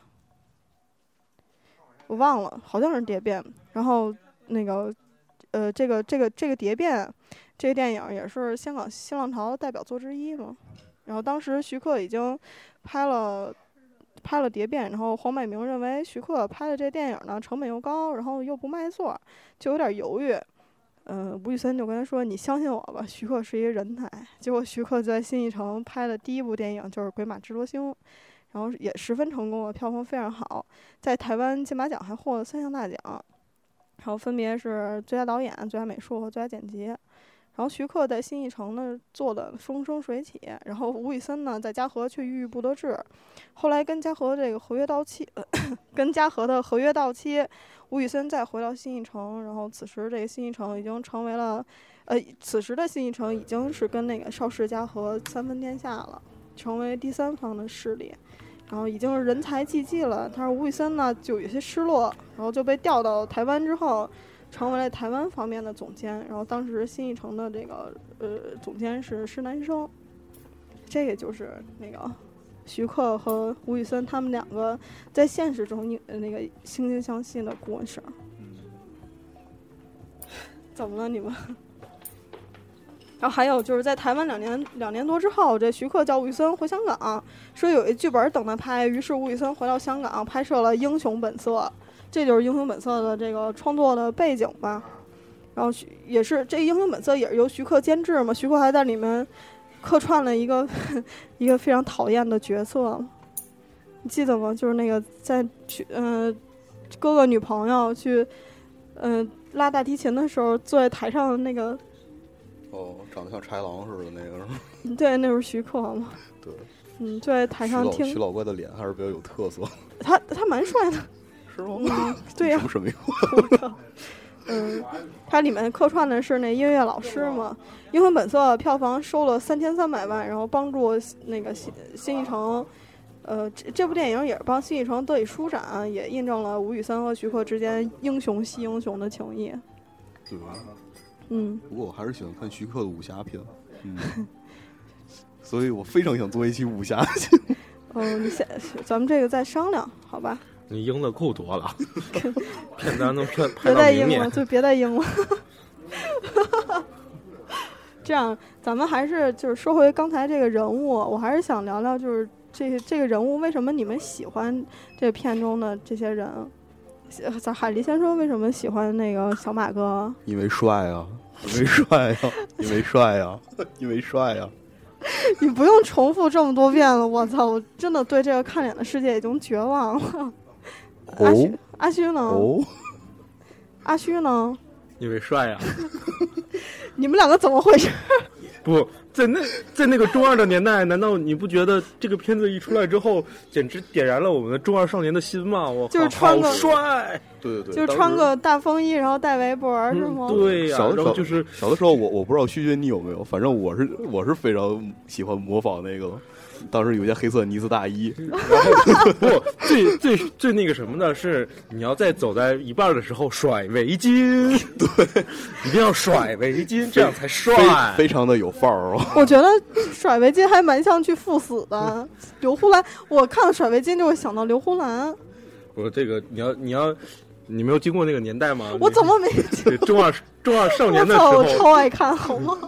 我忘了，好像是蝶变。然后那个呃，这个这个这个蝶变这个电影也是香港新浪潮代表作之一嘛。然后当时徐克已经拍了拍了蝶变，然后黄百鸣认为徐克拍的这电影呢成本又高，然后又不卖座，就有点犹豫。嗯、呃，吴宇森就跟他说：“你相信我吧，徐克是一个人才。”结果徐克在新艺城拍的第一部电影就是《鬼马智多星》。然后也十分成功了，票房非常好，在台湾金马奖还获了三项大奖，然后分别是最佳导演、最佳美术和最佳剪辑。然后徐克在新艺城呢做的风生水起，然后吴宇森呢在嘉禾却郁郁不得志，后来跟嘉禾这个合约到期，呃、跟嘉禾的合约到期，吴宇森再回到新艺城，然后此时这个新艺城已经成为了，呃，此时的新艺城已经是跟那个邵氏嘉禾三分天下了，成为第三方的势力。然后已经是人才济济了，但是吴宇森呢就有些失落，然后就被调到台湾之后，成为了台湾方面的总监。然后当时新艺城的这个呃总监是施南生，这个就是那个徐克和吴宇森他们两个在现实中那个惺惺相惜的故事。怎么了你们？然后还有就是在台湾两年两年多之后，这徐克叫吴宇森回香港，说有一剧本等他拍，于是吴宇森回到香港拍摄了《英雄本色》，这就是《英雄本色》的这个创作的背景吧。然后也是这《英雄本色》也是由徐克监制嘛，徐克还在里面客串了一个一个非常讨厌的角色，你记得吗？就是那个在去嗯、呃、哥哥女朋友去嗯、呃、拉大提琴的时候，坐在台上的那个。 哦，长得像豺狼似的那个是吗？ 对，那是徐克嘛。 对。 嗯，就在台上听。 徐老怪的脸还是比较有特色。 他他蛮帅的。 是吗？ 嗯，对呀、啊。 什么什么？ 嗯，他里面客串的是那音乐老师嘛。《英雄本色》票房收了三千三百万，然后帮助那个新新艺城，呃，这这部电影也是帮新艺城得以舒展，也印证了吴宇森和徐克之间英雄惜英雄的情谊。 对吧？ 嗯， 不过我还是喜欢看徐克的武侠片，嗯，所以我非常想做一期武侠节目。 哦，你先，咱们这个再商量，好吧？ 你赢的够多了，骗咱能骗拍别再到明年， 赢了，就别再赢了。这样，咱们还是就是说回刚才这个人物，我还是想聊聊，就是这这个人物为什么你们喜欢这片中的这些人。咱海狸先说为什么喜欢那个小马哥？ 因为帅啊，因为帅啊，因为帅啊，因为帅啊！ 你不用重复这么多遍了，我操！我真的对这个看脸的世界已经绝望了。 哦、 阿虚，阿虚呢？ 哦， 阿虚呢？ 因为帅啊！ 你们两个怎么回事？ 不在那在那个中二的年代，难道你不觉得这个片子一出来之后，简直点燃了我们的中二少年的心吗？我就是穿个好帅， 对对对， 就是穿个大风衣，然后戴围脖、嗯、是吗？ 对呀、啊， 小的时候就是小的时候我，我我不知道旭旭你有没有，反正我是我是非常喜欢模仿那个。当时有件黑色呢子大衣， 然后不最最最那个什么的是，你要在走在一半的时候甩围巾， 对， 一定要甩围巾，这样才帅， 非, 非常的有范儿哦。 我觉得甩围巾还蛮像去赴死的。刘胡兰，我看了甩围巾就会想到刘胡兰。 不，这个你要你要你没有经过那个年代吗？ 我怎么没？ 中二中二少年的时候， 我超爱看，好吗？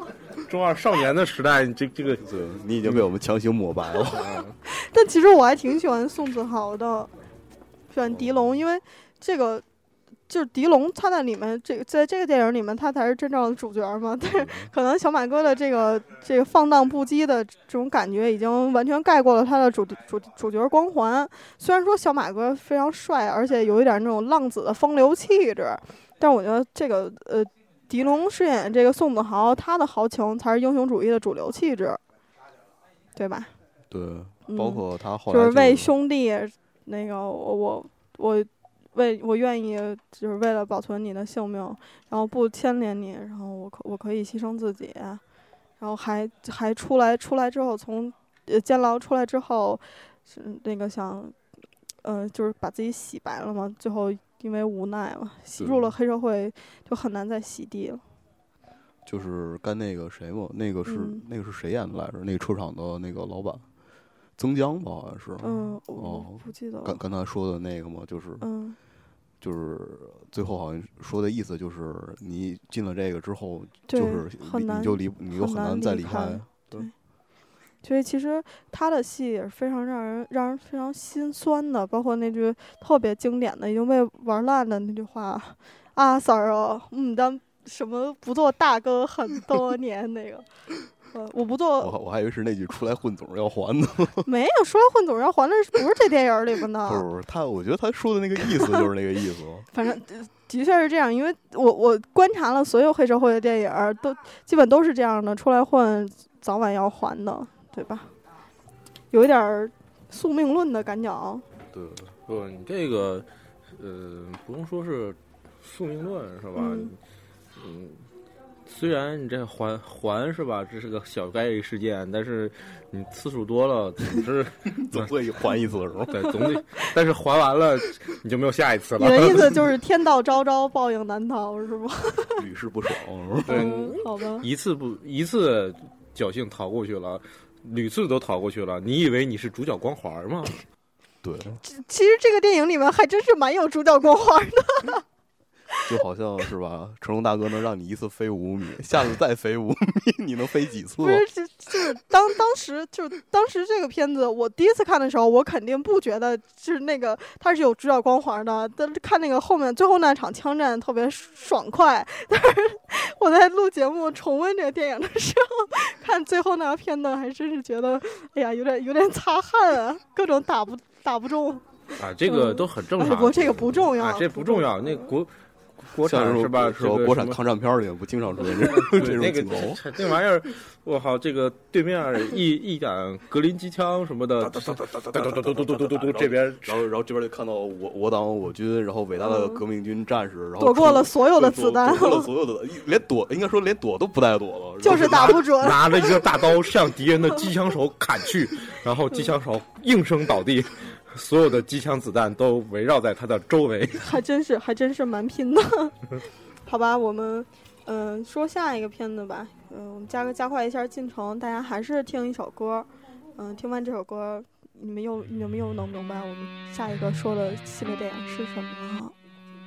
中二少年的时代，这这个对你已经被我们强行抹白了。 但其实我还挺喜欢宋子豪的，喜欢狄龙，因为这个就是狄龙他在里面这个在这个电影里面他才是真正的主角嘛。但是可能小马哥的这个这个放荡不羁的这种感觉已经完全盖过了他的主主主角光环。虽然说小马哥非常帅，而且有一点那种浪子的风流气质，但我觉得这个呃。狄龙饰演这个宋子豪，他的豪情才是英雄主义的主流气质，对吧？ 对， 嗯、 包括他后来、 就是为兄弟，那个我我我为我愿意，就是为了保存你的性命，然后不牵连你，然后我可我可以牺牲自己，然后还还出来出来之后，从呃监牢出来之后，是那个想，呃，就是把自己洗白了嘛，最后。因为无奈嘛，入了黑社会就很难再洗地了。 就是干那个谁嘛，那个是、 嗯、 那个是谁演的来着？那个车厂的那个老板，曾江吧，好像是。 嗯， 哦， 不记得了。 刚刚才说的那个嘛，就是， 嗯， 就是最后好像说的意思就是，你进了这个之后，就是你就离你就很难再离开。 对。所以其实他的戏也是非常让人让人非常心酸的，包括那句特别经典的已经被玩烂的那句话啊，Sir啊，嗯，当什么不做大哥很多年那个，呃，我不做， 我我还以为是那句出来混总要还呢。 没有，出来混总要还的不是这电影里面的。 不是不是，他我觉得他说的那个意思就是那个意思。 反正的确是这样，因为我我观察了所有黑社会的电影，都基本都是这样的，出来混早晚要还的。对吧？有一点宿命论的感觉。 对，不，你这个，呃，不用说是宿命论是吧？嗯，嗯虽然你这还还是吧，这是个小概率事件，但是你次数多了，总是总会还一次是吧？ 对，总得，但是还完了你就没有下一次了。 你的意思就是天道昭昭，报应难逃，是吗？ 屡试不爽。 对、 嗯，好吧。 一次不一次侥幸逃过去了。屡次都逃过去了，你以为你是主角光环吗？ 对， 其实这个电影里面还真是蛮有主角光环的。 就好像是吧，成龙大哥能让你一次飞五米，下次再飞五米，你能飞几次？ 不是，就就是当当时就是当时这个片子，我第一次看的时候，我肯定不觉得就是那个他是有主角光环的。但是看那个后面最后那场枪战特别爽快，但是我在录节目重温这个电影的时候，看最后那个片段，还真是觉得哎呀，有点有点擦汗啊，各种打不打不中。 啊，这个都很正常。 不、嗯，这个不重要， 啊、这不重要。那国。国产是吧？ 说国产抗战片里不经常出现这这种镜头。 那个这玩意儿，我靠，这个对面一一杆格林机枪什么的，嘟嘟嘟嘟嘟嘟嘟嘟嘟，这边， 然后然后这边就看到我我党我军，然后伟大的革命军战士，然后躲过了所有的子弹， 躲过了所有的，连躲应该说连躲都不带躲了， 就是打不准， 拿着一个大刀向敌人的机枪手砍去，然后机枪手应声倒地。所有的机枪子弹都围绕在他的周围， 还真是还真是蛮拼的。好吧，我们嗯、呃、说下一个片子吧，嗯、呃，我们加个加快一下进程，大家还是听一首歌，嗯、呃，听完这首歌，你们又你们又能明白我们下一个说的系列电影是什么了。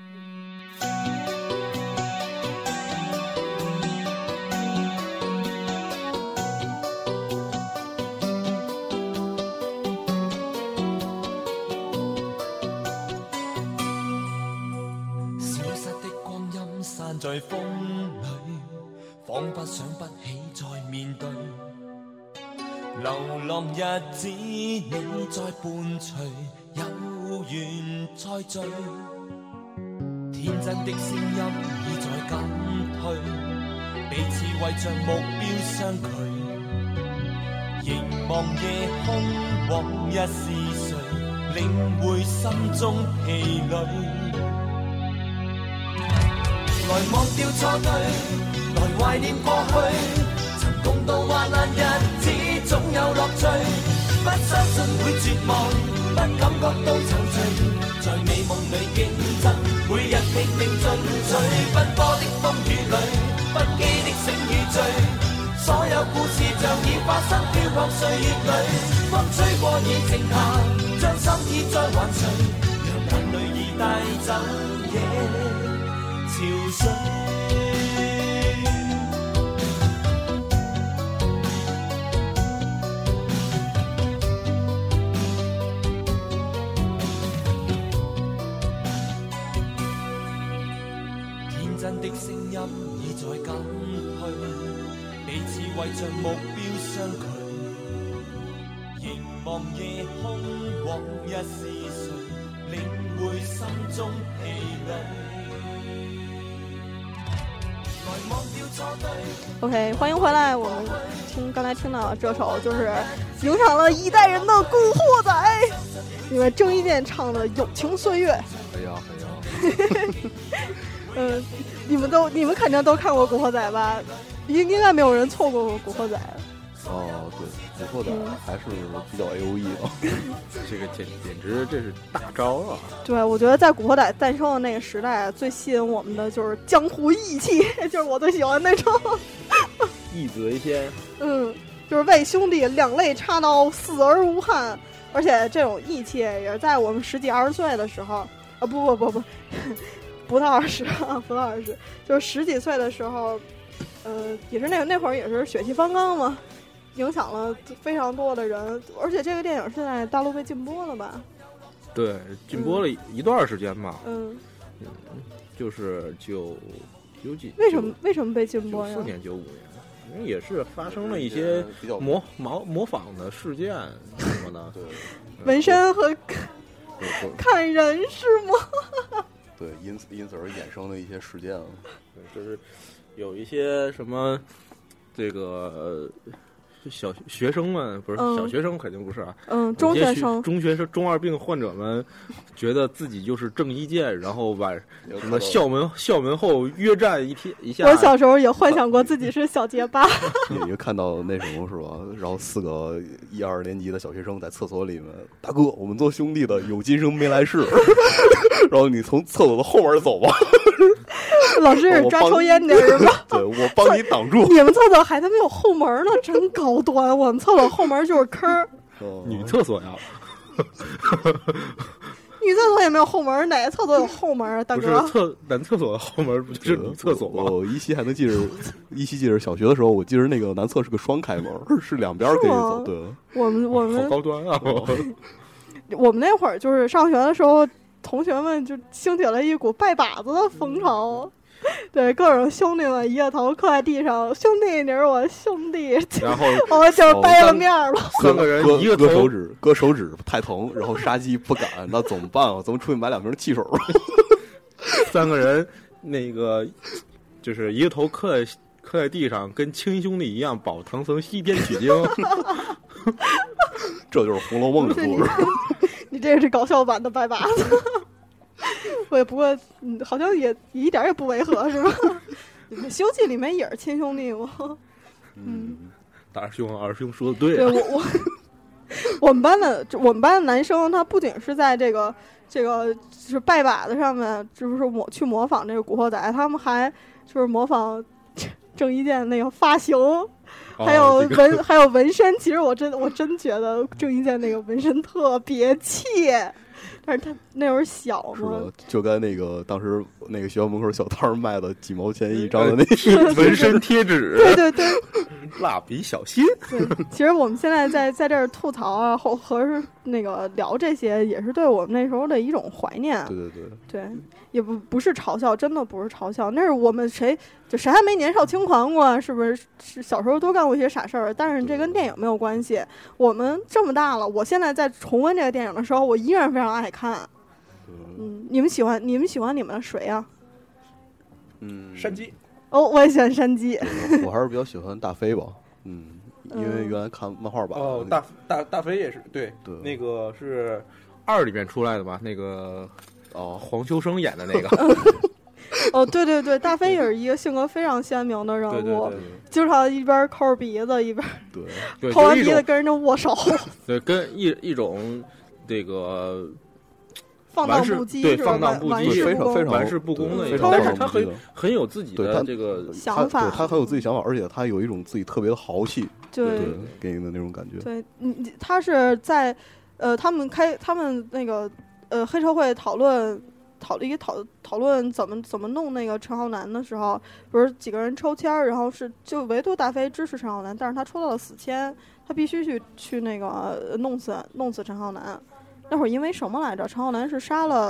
在風裏，彷彿想不起再面對。流浪日子，你在伴隨，有緣再聚。天真的聲音已在減退，彼此為着目標相距。凝望夜空，往日是誰，領會心中疲累。來忘掉錯對，來懷念過去，曾共度患難日子，總有樂趣。不相信會絕望，不感覺到躊躇，在美夢裏競爭，每日拼命進取。奔波的風雨裏，不羈的醒與醉，所有故事像已發生，飄泊歲月裏。風吹過已靜下，將心意再還誰？讓眼淚已帶走夜。潮水， 再減去，彼此為着目標相距，凝望夜空，往日是誰領會心中疲累。 OK， 欢迎回来。我们听刚才听到这首就是影响了一代人的《古惑仔》，因为郑伊健唱的《友情岁月》。 哎呀哎呀， 嗯，你们都你们肯定都看过《古惑仔》吧？应应该没有人错过《古惑仔》。 哦，对，古惑仔还是比较 A O E 的， 这个简简直这是大招啊！ 对，我觉得在古惑仔诞生的那个时代，最吸引我们的就是江湖义气，就是我最喜欢那种义字为先。 嗯，就是为兄弟两肋插刀，死而无憾。而且这种义气也是在我们十几二十岁的时候，啊不不不不，不到二十啊，不到二十，就是十几岁的时候，呃，也是那那会儿也是血气方刚嘛。影响了非常多的人，而且这个电影是在大陆被禁播了吧？ 对，禁播了一段时间吧。 嗯， 嗯就是九九几。 为什么为什么被禁播呀？ 四年九五年，因为也是发生了一些模模模仿的事件什么的。 对， 纹身和看人是吗？ 对，因此因此而衍生的一些事件。 对，就是有一些什么这个。小学生们不是、嗯、小学生肯定不是啊， 嗯，中学生、 中学生、中二病患者们觉得自己就是郑伊健，然后晚什么校门校门后约战一天一下。 我小时候也幻想过自己是小结巴。 也看到那什么是吧？然后四个一二年级的小学生在厕所里面，大哥，我们做兄弟的有今生没来世。然后你从厕所的后面走吧。 老师抓抽烟的是吧？ 对，我帮你挡住。 你们厕所还他妈有后门呢，真高端。我们厕所后门就是坑儿。 哦、女厕所呀？ 女厕所也没有后门，哪个厕所有后门啊？大哥， 不是厕男厕所的后门不就是女厕所吗？ 我依稀还能记着，依稀记着小学的时候，我记着那个男厕是个双开门，是两边可以走。对， 我们我们好高端啊！ 我们那会儿就是上学的时候。同学们就兴起了一股拜把子的风潮，对各种兄弟们一个头磕在地上，兄弟你是我兄弟， 然后我就是掰了面了， 三个人一个割手指，割手指太疼，然后杀鸡不敢，那怎么办啊？咱们出去买两瓶汽水。 三个人那个就是一个头磕在磕在地上，跟亲兄弟一样保唐僧西天取经。 这就是《红楼梦》的故事。 你这是搞笑版的拜把子。我也不过，嗯，好像也一点也不违和，是吧？《西游记》里面也是亲兄弟吗？ 嗯，大师兄、二师兄说的对、啊。 对我我我们班的我们班的男生，他不仅是在这个这个就是拜把子上面，就是模去模仿这个古惑仔，他们还就是模仿郑伊健那个发型。还有纹、哦这个、还有纹身，其实我真我真觉得郑伊健那个纹身特别气，但是他那会儿小嘛， 就跟那个当时那个学校门口小摊卖的几毛钱一张的那个纹身贴纸， 对对对， 蜡笔小新。 对，其实我们现在在在这儿吐槽啊，和和那个聊这些，也是对我们那时候的一种怀念。 对对对， 对，也不不是嘲笑，真的不是嘲笑，那是我们谁就谁还没年少轻狂过，是不是？是小时候都干过一些傻事儿，但是这跟电影没有关系。我们这么大了，我现在在重温这个电影的时候，我依然非常爱看。嗯，你们喜欢你们喜欢你们的谁啊？ 嗯， 山鸡。 哦，我也喜欢山鸡。 我还是比较喜欢大飞吧。嗯，因为原来看漫画版。 哦，大大大飞也是对对，那个是二里面出来的吧？那个哦，黄秋生演的那个。 哦，对对对，大飞也是一个性格非常鲜明的人物， 对对对对经常一边抠着鼻子一边对， 抠完鼻子跟人家握手， 对，跟一一种这个放荡不羁， 对，放荡不羁， 非常非常玩世不恭的一种， 但是他很很有自己的这个想法， 他很有自己想法，而且他有一种自己特别的豪气， 对， 对给你的那种感觉。 对，你他是在呃，他们开他们那个呃黑社会讨论。讨论一讨讨论怎么怎么弄那个陈浩南的时候，不是几个人抽签，然后是就唯独大飞支持陈浩南，但是他抽到了死签，他必须去去那个弄死弄死陈浩南。那会儿因为什么来着？陈浩南是杀了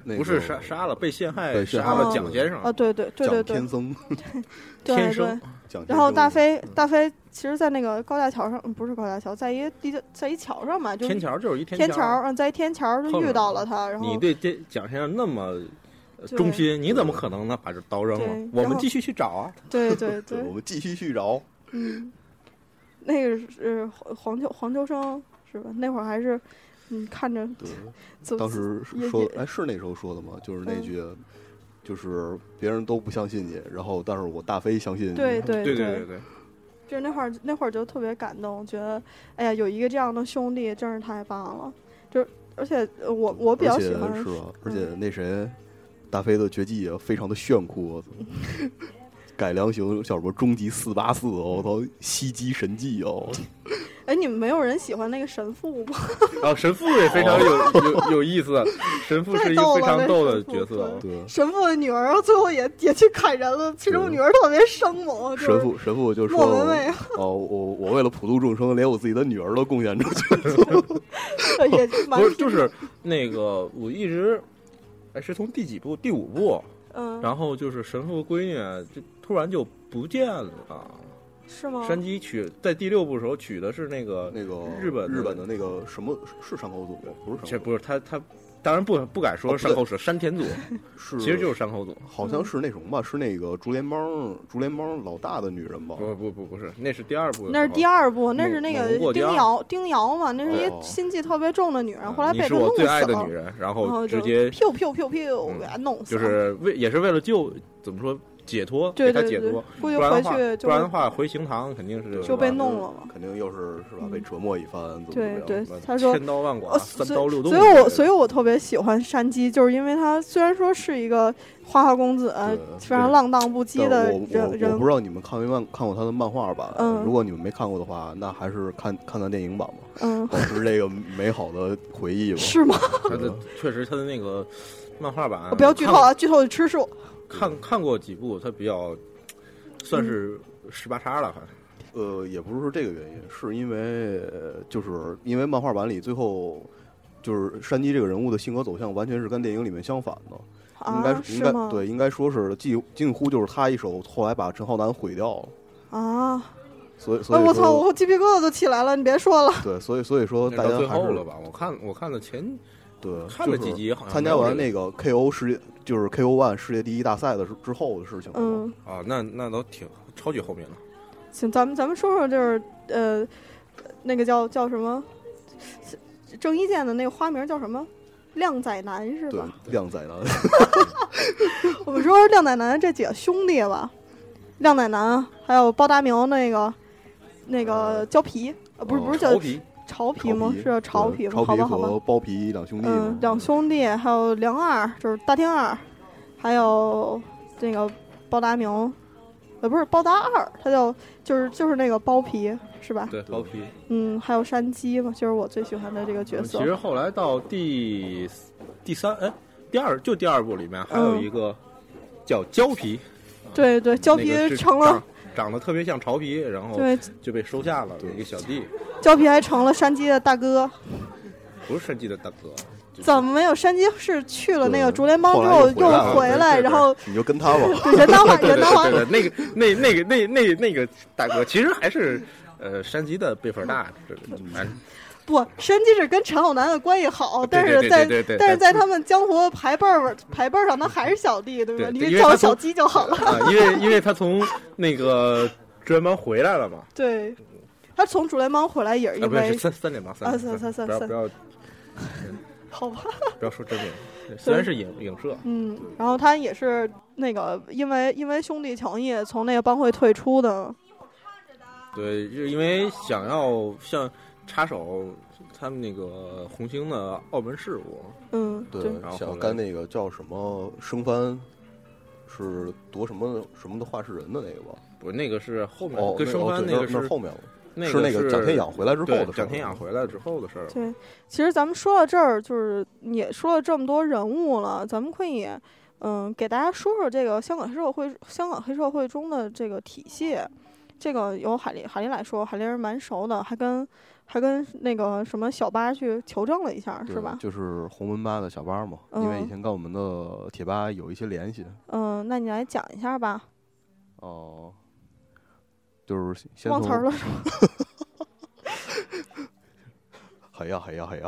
那不是杀杀了被陷害被陷害杀了蒋先生啊，对对对对对， 蒋天僧， 对对天生。 然后大飞嗯大飞其实，在那个高架桥上，嗯不是高架桥，在一地在一桥上嘛，就天桥就是一天桥， 嗯，在一天桥就遇到了他，然后你对这蒋先生那么忠心，你怎么可能呢把这刀扔了？我们继续去找啊！ 对对对， 我们继续去找。 嗯，那个是黄秋黄秋生是吧？那会儿还是嗯看着， 当时说哎是那时候说的吗？就是那句。 嗯就是别人都不相信你，然后但是我大飞相信你。 对对对对对对， 就是那会儿那会儿就特别感动，觉得哎呀有一个这样的兄弟真是太棒了。就而且我我比较喜欢是吧？而且那谁，嗯、大飞的绝技也非常的炫酷，改良型叫什么终极四八四哦，我操，袭击神技哦。 哎，你们没有人喜欢那个神父吗？ 啊，神父也非常有有有意思，神父是一个非常逗的角色。 对， 神父的女儿最后也也去砍人了，其中女儿特别生猛。 神父神父就说：“哦，我我为了普度众生，连我自己的女儿都贡献出去。” 也不是，就是那个我一直哎是从第几部？第五部。 嗯。 然后就是神父闺女就突然就不见了。 是吗？ 山鸡取在第六部的时候取的是那个那个日本日本的那个什么是山口组吗？不是， 这不是他他当然不不敢说山口是山田组， 是其实就是山口组， 好像是那什么吧？是那个竹联帮竹联帮老大的女人吧？ 不不不不是，那是第二部， 那是第二部，那是那个丁瑶丁瑶嘛，那是一心计特别重的女人，后来被他弄死了。你是我最爱的女人，然后直接噗噗噗噗给她弄死了，就是为也是为了救怎么说？解脱， 对对对给他解脱， 估计回去不然的话回刑堂肯定是就被弄了嘛， 肯定又是是吧？被折磨一番， 对对，他说千刀万剐，三刀六洞。 所以我所以我特别喜欢山鸡，就是因为他虽然说是一个花花公子，非常浪荡不羁的人人。 我不知道你们看没看看过他的漫画版， 嗯， 如果你们没看过的话，那还是看看看电影版吧， 嗯， 保持这个美好的回忆吧。 是吗？ 他的确实他的那个漫画版， 不要剧透啊，剧透就吃素。 看看过几部，他比较。算是十八叉了，反正。呃，也不是说这个原因，是因为就是因为漫画版里最后就是山鸡这个人物的性格走向完全是跟电影里面相反的， 啊、 应该应该是对，应该说是近近乎就是他一手后来把陈浩南毁掉了啊。 所以所以我操，我鸡皮疙瘩都起来了，你别说了。 对，所以所以说大家最后了吧？我看我看了前对看了几集，好像参加完那个 K O 世界就是 K O One 世界第一大赛的之后的事情。 嗯啊，那那都挺超级后面了。 行，咱们咱们说说就是呃，那个叫叫什么郑伊健的那个花名叫什么？靓仔男是吧？ 对，靓仔男。 我们说说靓仔男这几个兄弟吧，靓仔男还有包大明那个那个胶皮啊，不是不是叫潮皮。 潮皮吗？是叫潮皮吗？ 潮皮和包皮两兄弟。 嗯，两兄弟，还有梁二，就是大天二，还有那个包达明，呃，不是包达二，他叫就是就是那个包皮，是吧？ 对，包皮。 嗯，还有山鸡嘛，就是我最喜欢的这个角色。 其实后来到第第三，哎，第二就第二部里面还有一个叫胶皮。 嗯、对对，胶皮成了。 长得特别像潮皮，然后就被收下了一个小弟。 胶皮还成了山鸡的大哥， 不是山鸡的大哥。 怎么没有？山鸡是去了那个竹联帮之后又回来，然后你就跟他吧。 对，人当人当对对，那个那那个那那那个大哥其实还是呃山鸡的辈分大，反正。 不，山鸡是跟陈浩南的关系好，但是在但是在他们江湖排辈儿排辈儿上，他还是小弟，对吧？ 你叫我小鸡就好了。 啊、因为因为他从那个竹联帮回来了嘛。 对，他从竹联帮回来也是因为、 啊、是三三联帮，三啊三三三三， 不要不要， 好吧， 不要说真名，虽然是影影射。 嗯，然后他也是那个因为因为兄弟情谊从那个帮会退出的。 对，就是因为想要像。插手他们那个红星的澳门事务， 嗯， 对，想干那个叫什么升帆，是夺什么什么的话事人的那个吧？ 不，那个是后面， 哦、 跟升帆那个是后面了， 那是那个蒋天养回来之后的事。 蒋天养回来之后的事儿。 对，其实咱们说到这儿，就是也说了这么多人物了，咱们可以嗯给大家说说这个香港黑社会，香港黑社会中的这个体系。 这个由海丽海丽来说，海丽人蛮熟的，还跟还跟那个什么小巴去求证了一下，是吧？ 就是红门巴的小巴嘛，嗯、因为以前跟我们的铁巴有一些联系。 嗯，那你来讲一下吧。 哦、呃，就是先忘词儿了是吗？ 嘿呀嘿呀嘿呀！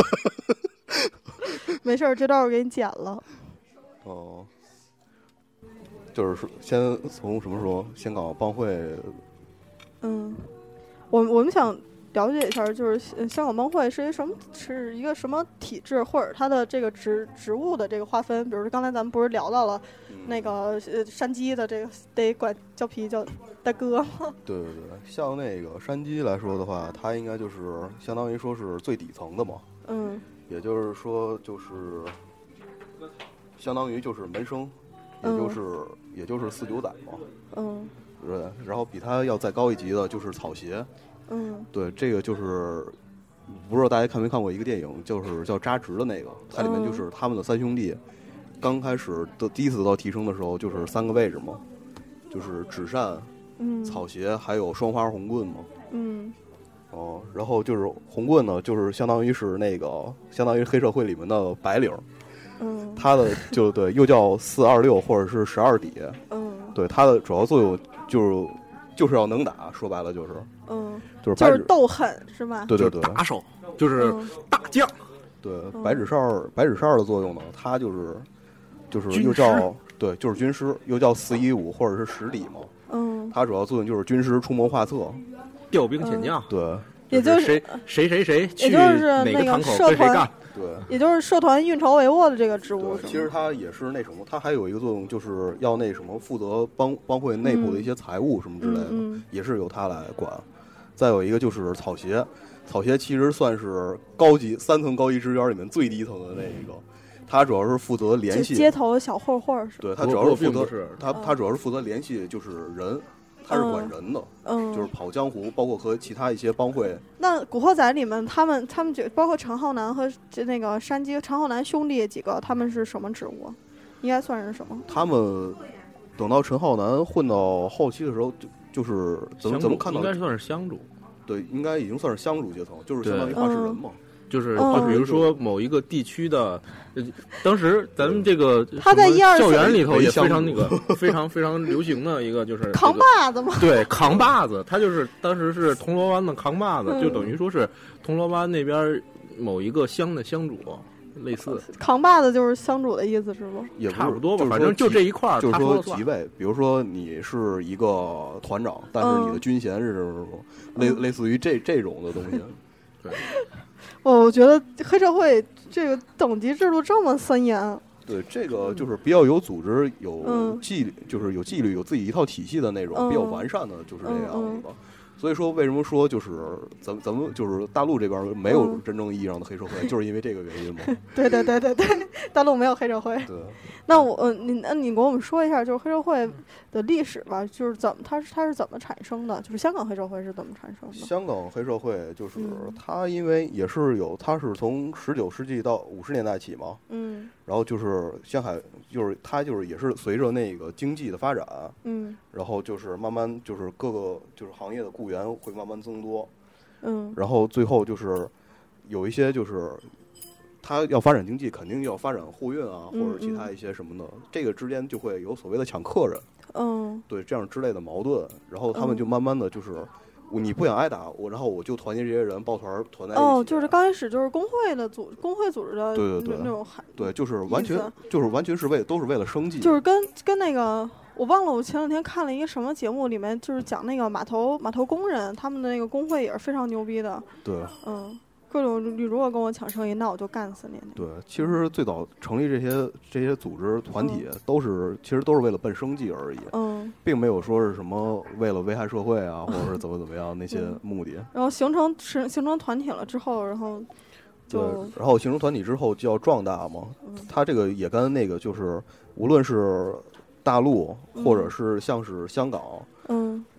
没事儿，这段我给你剪了。 哦、呃，就是先从什么时候香港帮会？ 嗯，我我们想了解一下，就是香港帮会是一什么，是一个什么体制，或者它的这个职职务的这个划分。比如说刚才咱们不是聊到了那个呃山鸡的这个得管叫皮叫大哥吗？ 对对对，像那个山鸡来说的话，它应该就是相当于说是最底层的嘛。 嗯。 也就是说，就是相当于就是门生，也就是、嗯、也就是四九仔嘛。 嗯。 对，然后比他要再高一级的就是草鞋。 嗯。 对，这个就是不知道大家看没看过一个电影，就是叫扎直的那个，它里面就是他们的三兄弟、嗯、刚开始的第一次得到提升的时候，就是三个位置嘛，就是纸扇、 嗯、 草鞋还有双花红棍嘛。 嗯。 哦，然后就是红棍呢，就是相当于是那个，相当于黑社会里面的白领， 嗯， 它的就对，又叫四二六或者是十二底， 嗯， 对，它的主要作用就是就是要能打，说白了就是， 嗯， 就是就是斗狠是吧？ 对对对， 打手就是大将， 对，白纸哨白纸哨的作用呢，它就是就是又叫对，就是军师，又叫四一五或者是十底嘛， 嗯， 它主要作用就是军师出谋划策。 调兵遣将， 对， 也就是谁谁谁谁去哪个堂口跟谁干， 对， 也就是社团运筹帷幄的这个职务。 其实它也是那什么，它还有一个作用，就是要那什么负责帮帮会内部的一些财务什么之类的， 嗯嗯、 也是由他来管。再有一个就是草鞋，草鞋其实算是高级三层高级职员里面最低层的那一个。他主要是负责联系街头的小混混，是对他主要是负责是他他主要是负责联系就是人。他是管人的， 嗯， 就是跑江湖，包括和其他一些帮会。 那《古惑仔》里面，他们他们就包括陈浩南和那个山鸡陈浩南兄弟几个，他们是什么职务？应该算是什么？ 他们等到陈浩南混到后期的时候，就就是怎么怎么看到应该算是乡主， 对，应该已经算是乡主阶层，就是相当于话事人嘛。 嗯就是比如说某一个地区的，嗯、当时咱们这个他在一二校园里头也非常那个非常非常流行的一个就是、这个、 扛把子嘛， 对，扛把子，他就是当时是铜锣湾的扛把子，嗯、就等于说是铜锣湾那边某一个乡的乡主。类似扛把子就是乡主的意思是不？ 也差不多吧， 反正就这一块儿。 就是说级位，比如说你是一个团长，但是你的军衔是什么、嗯、类类似于这这种的东西。对。 我觉得黑社会这个等级制度这么森严。 对，这个就是比较有组织、有纪律，嗯、就是有纪律、有自己一套体系的那种， 嗯、 比较完善的，就是这个样子的。 嗯嗯所以说，为什么说就是咱们咱们就是大陆这边没有真正意义上的黑社会，嗯、就是因为这个原因嘛。 对对对对对，大陆没有黑社会。 对。 那我呃，你那你给我们说一下，就是黑社会的历史吧，就是怎么它是它是怎么产生的？就是香港黑社会是怎么产生的？ 香港黑社会就是它，因为也是有，它是从十九世纪到五十年代起嘛。 嗯。 然后就是香海，就是它就是也是随着那个经济的发展， 嗯， 然后就是慢慢就是各个就是行业的雇员会慢慢增多， 嗯， 然后最后就是有一些就是它要发展经济，肯定要发展货运啊， 嗯、 或者其他一些什么的，嗯、这个之间就会有所谓的抢客人， 嗯， 对这样之类的矛盾，然后他们就慢慢的就是。嗯你不想挨打我，然后我就团结这些人抱团团在一起。 哦，就是刚开始就是工会的组，工会组织的， 对对对， 那种对，就是完全就是完全是为都是为了生计。 就是跟跟那个我忘了，我前两天看了一个什么节目，里面就是讲那个码头码头工人他们的那个工会也是非常牛逼的。 对， 嗯。各种你如果跟我抢生意，那我就干死你。 对，其实最早成立这些这些组织团体，都是、嗯、其实都是为了奔生计而已， 嗯， 并没有说是什么为了危害社会啊，或者是怎么怎么样那些目的。 然后形成形形成团体了之后，然后就对，然后形成团体之后就要壮大嘛。嗯、它这个也跟那个就是无论是大陆或者是像是香港， 嗯。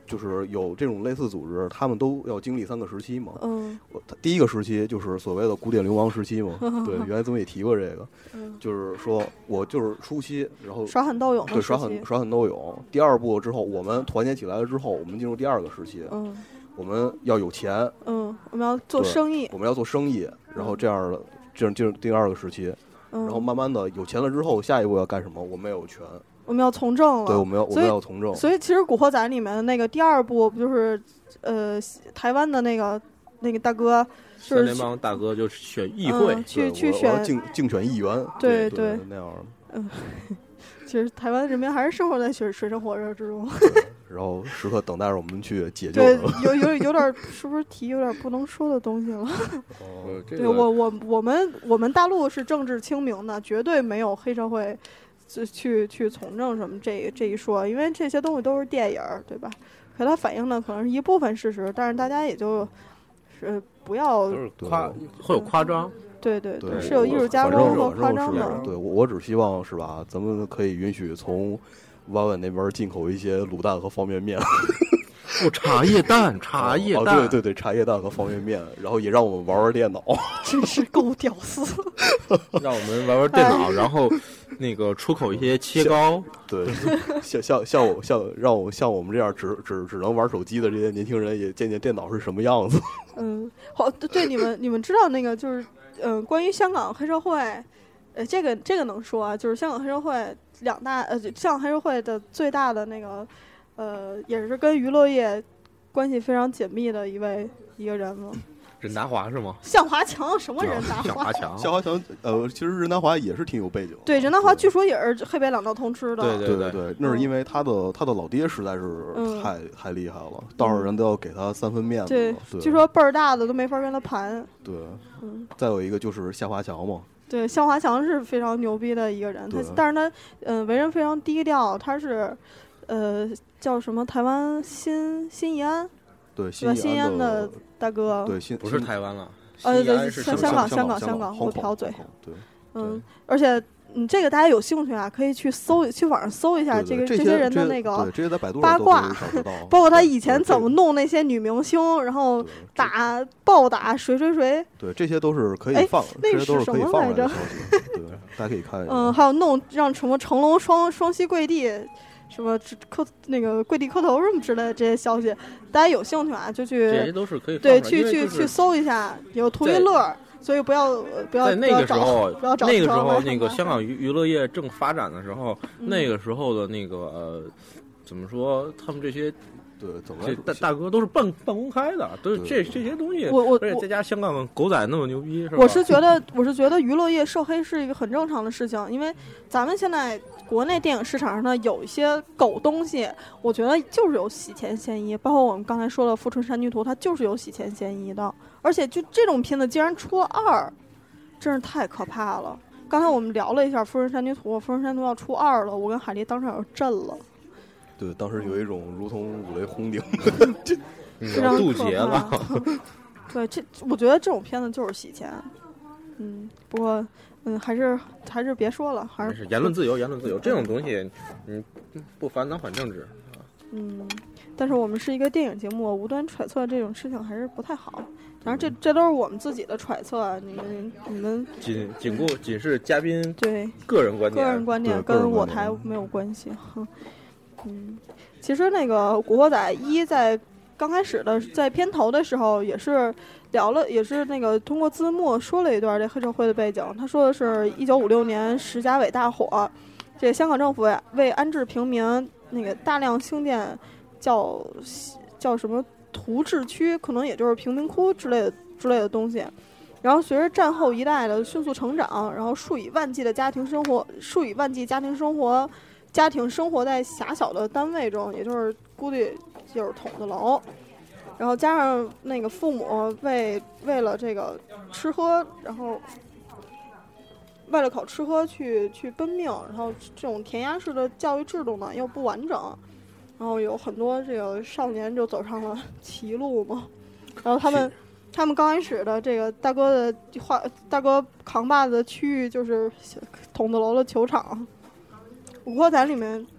就是有这种类似组织，他们都要经历三个时期嘛。 嗯， 我第一个时期就是所谓的古典流氓时期嘛。对，原来咱们也提过这个， 嗯、 就是说我就是初期，然后耍狠斗勇， 对，耍狠耍狠斗勇。第二步之后，我们团结起来了之后，我们进入第二个时期。 嗯， 我们要有钱。 嗯，我们要做生意。 我们要做生意，然后这样的这样进入第二个时期。 嗯、 然后慢慢的有钱了之后，下一步要干什么？我们要有权。 我们要从政了， 对，我们要我们要从政。 所以其实《古惑仔》里面的那个第二部不就是，呃，台湾的那个那个大哥，就是三联帮大哥就选议会， 嗯、去去选竞竞选议员， 对对, 对那样的。 嗯，其实台湾人民还是生活在水水深火热之中， 然后时刻等待着我们去解救。 对，有有有点是不是提有点不能说的东西了？ 哦，这个、 对我我我们我们大陆是政治清明的，绝对没有黑社会。去去从政什么这这一说，因为这些东西都是电影，对吧？可它反映的可能是一部分事实，但是大家也就是不要就是夸会有夸张， 对对对， 是有艺术加工和夸张的。 对，我我只希望是吧，咱们可以允许从湾湾那边进口一些卤蛋和方便面。 哦，茶叶蛋，茶叶蛋、 哦，对对对，茶叶蛋和方便面，然后也让我们玩玩电脑， 真是够屌丝。 让我们玩玩电脑，然后那个出口一些切糕， 对，像像像我像让我像我们这样只只只能玩手机的这些年轻人也见见电脑是什么样子。 嗯，好，对你们你们知道那个就是嗯、呃，关于香港黑社会，呃，这个这个能说啊，就是香港黑社会两大呃，香港黑社会的最大的那个。呃，也是跟娱乐业关系非常紧密的一位一个人了。 任达华是吗？ 向华强什么任达华？ 向华强， 向华强，呃，其实任达华也是挺有背景。 对，任达华据说也是黑白两道通吃的。 对对对对，那是因为他的他的老爹实在是太、嗯、太厉害了，多少人都要给他三分面子。 对， 对据说辈儿大的都没法跟他盘。 对， 嗯。 再有一个就是向华强嘛。 对，向华强是非常牛逼的一个人，他但是他嗯、呃、为人非常低调，他是。呃，叫什么？台湾新新义安， 对， 新义安的大哥， 对，新不是台湾了， 呃，对， 香港，香港， 香港，我瓢嘴， 对， 嗯，而且，嗯，这个大家有兴趣啊，可以去搜，去网上搜一下这个这些人的那个八卦，包括他以前怎么弄那些女明星，然后打暴打谁谁谁， 对，这些都是可以放，这些都是可以放来的消息，对，大家可以看一下。 嗯，还有弄让什么成龙双双膝跪地。什么磕那个跪地磕头什么之类的这些消息，大家有兴趣啊就去， 这些都是可以对去去去搜一下，有图一乐，所以不要不要在那个时候， 不要找那个时候那个香港娱娱乐业正发展的时候，嗯、那个时候的那个、呃、怎么说，他们这些。 对，怎么这大大哥都是半半公开的，都是这这些东西。 我我而且再加香港狗仔那么牛逼，是吧？ 我是觉得，我是觉得娱乐业涉黑是一个很正常的事情，因为咱们现在国内电影市场上呢有一些狗东西，我觉得就是有洗钱嫌疑，包括我们刚才说的《富春山居图》，它就是有洗钱嫌疑的。而且就这种片子竟然出了二，真是太可怕了。刚才我们聊了一下《富春山居图》，《富春山居图》要出二了，我跟海丽当场有震了。 对，当时有一种如同五雷轰顶， 非常渡劫了。 对，这我觉得这种片子就是洗钱。嗯，不过嗯，还是还是别说了，还是言论自由，言论自由这种东西，嗯，不反党反政治。 嗯，但是我们是一个电影节目，无端揣测这种事情还是不太好。然后这这都是我们自己的揣测，你们你们仅仅顾仅是嘉宾对个人观点， 个人观点跟我台没有关系。嗯，其实那个《古惑仔一》在刚开始的在片头的时候也是聊了，也是那个通过字幕说了一段这黑社会的背景。他说的是一九五六年石家尾大火，这香港政府为安置平民，那个大量兴建叫叫什么图治区，可能也就是贫民窟之类的之类的东西。然后随着战后一代的迅速成长，然后数以万计的家庭生活，数以万计家庭生活。家庭生活在狭小的单位中，也就是估计就是筒子楼，然后加上那个父母为为了这个吃喝，然后为了考吃喝去去奔命，然后这种填鸭式的教育制度呢又不完整，然后有很多这个少年就走上了歧路嘛，然后他们他们刚开始的这个大哥的话，大哥扛把子的区域就是筒子楼的球场。古惑仔里面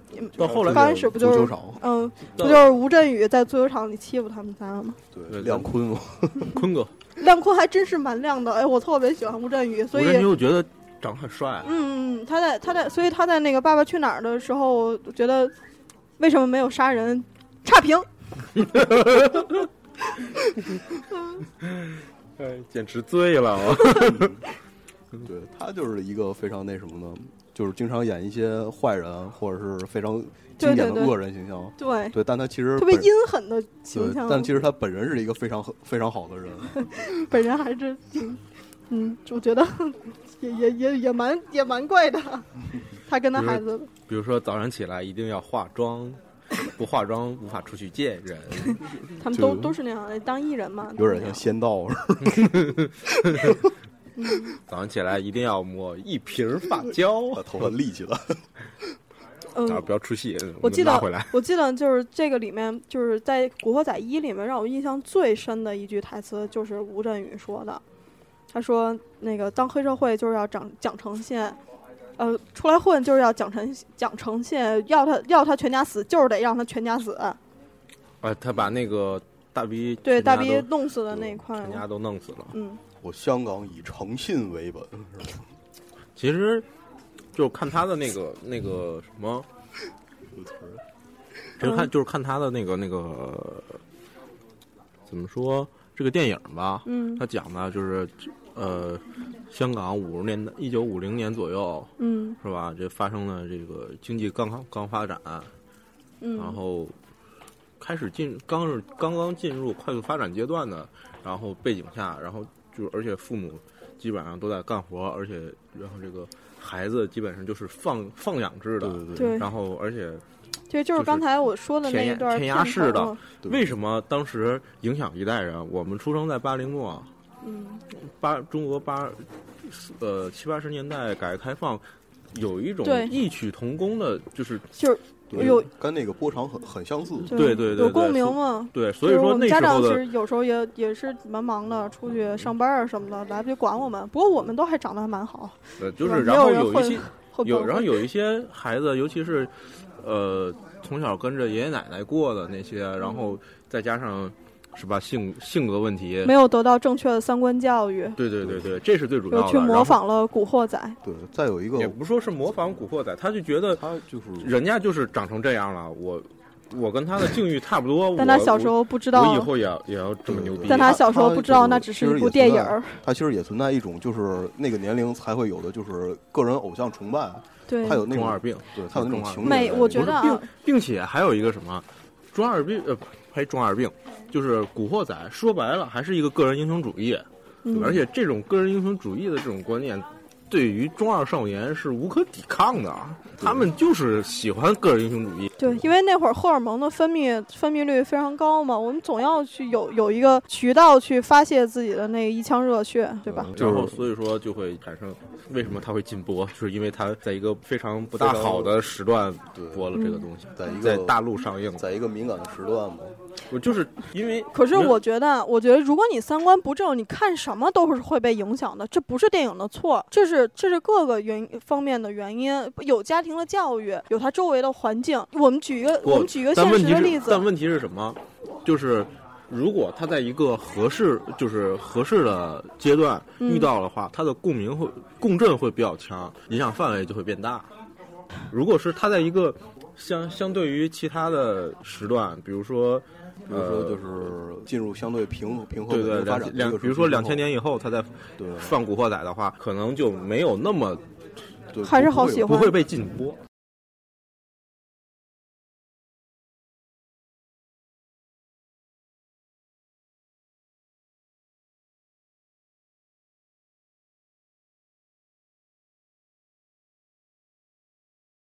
到后来刚开始不就是嗯，不就是吴镇宇在足球场里欺负他们仨吗？ 对，亮坤嘛， 坤哥， 亮坤还真是蛮亮的，哎，我特别喜欢吴镇宇，所以吴镇宇我觉得长得很帅。 嗯嗯，他在他在，所以他在那个《爸爸去哪儿》的时候，我觉得为什么没有杀人？差评。 哎，简直醉了！ 对，他就是一个非常那什么的，就是经常演一些坏人或者是非常经典的恶人形象。 对 对, 对, 对，但他其实特别阴狠的形象。 但其实他本人是一个非常非常好的人。 本人还是挺，嗯，我觉得也也也也蛮也蛮怪的。他跟他孩子， 比如说早上起来一定要化妆。不化妆无法出去见人， 他们都都是那样的，当艺人嘛， 有点像仙道。 早上起来一定要抹一瓶发胶， 把头发立起来。 嗯， 啊，不要出戏。 我记得， 拉回来我记得就是这个里面，就是在《古惑仔一》里面，让我印象最深的一句台词就是吴镇宇说的，他说：“那个当黑社会就是要讲讲诚信。”呃，出来混就是要讲诚讲诚信，要他要他全家死，就是得让他全家死。 啊，他把那个大逼对大逼弄死的那一块， 全家都弄死了。 嗯， 我香港以诚信为本。 其实，就看他的那个那个什么，就看就是看他的那个那个怎么说这个电影吧。 嗯， 他讲的就是。呃，香港五十年代，一九五零年左右， 嗯， 是吧？这发生了这个经济刚刚发展， 嗯， 然后开始进刚是刚刚进入快速发展阶段的，然后背景下，然后就而且父母基本上都在干活，而且然后这个孩子基本上就是放放养制的， 对对， 然后而且这就是刚才我说的那一段填鸭式的。 对为什么当时影响一代人？我们出生在八零末。 嗯， 八中国八，呃七八十年代改革开放，有一种异曲同工的，就是就是有跟那个波长很很相似， 对对对， 有共鸣嘛？ 对，所以说那时候的家长其实有时候也也是蛮忙的，出去上班啊什么的，来不及管我们。不过我们都还长得还蛮好。 呃，就是然后有一些有，然后有一些孩子，尤其是呃从小跟着爷爷奶奶过的那些，然后再加上。是吧？性性格问题没有得到正确的三观教育。 对对对对，这是最主要的。 去模仿了古惑仔。 对，再有一个也不说是模仿古惑仔，他就觉得他就是人家就是长成这样了，我我跟他的境遇差不多。 但他小时候不知道， 我以后也要也要这么牛逼。 但他小时候不知道，那只是一部电影。 他其实也存在一种就是那个年龄才会有的，就是个人偶像崇拜。 对， 他有那种中二病， 对，他有那种情绪。 美，我觉得并并且还有一个什么中二病，呃，还中二病。就是古惑仔说白了还是一个个人英雄主义， 嗯、 而且这种个人英雄主义的这种观念对于中二少年是无可抵抗的，他们就是喜欢个人英雄主义。 对，因为那会儿荷尔蒙的分泌分泌率非常高嘛，我们总要去有有一个渠道去发泄自己的那个一腔热血，对吧？ 嗯、然后所以说就会产生为什么他会禁播，就是因为他在一个非常不大好的时段播了这个东西， 在一个在大陆上映， 在一个敏感的时段嘛。 我就是因为， 可是我觉得，我觉得如果你三观不正，你看什么都是会被影响的。这不是电影的错，这是这是各个原方面的原因。有家庭的教育，有他周围的环境。我们举一个，我们举一个现实的例子。 但问题是什么？就是如果他在一个合适，就是合适的阶段遇到的话，嗯、他的共鸣会共振会比较强，影响范围就会变大。如果是他在一个相相对于其他的时段，比如说。 比如说，就是进入相对平平和的发展。两，比如说两千年以后，他再放《古惑仔》的话，可能就没有那么， 还是好喜欢， 不会被禁播。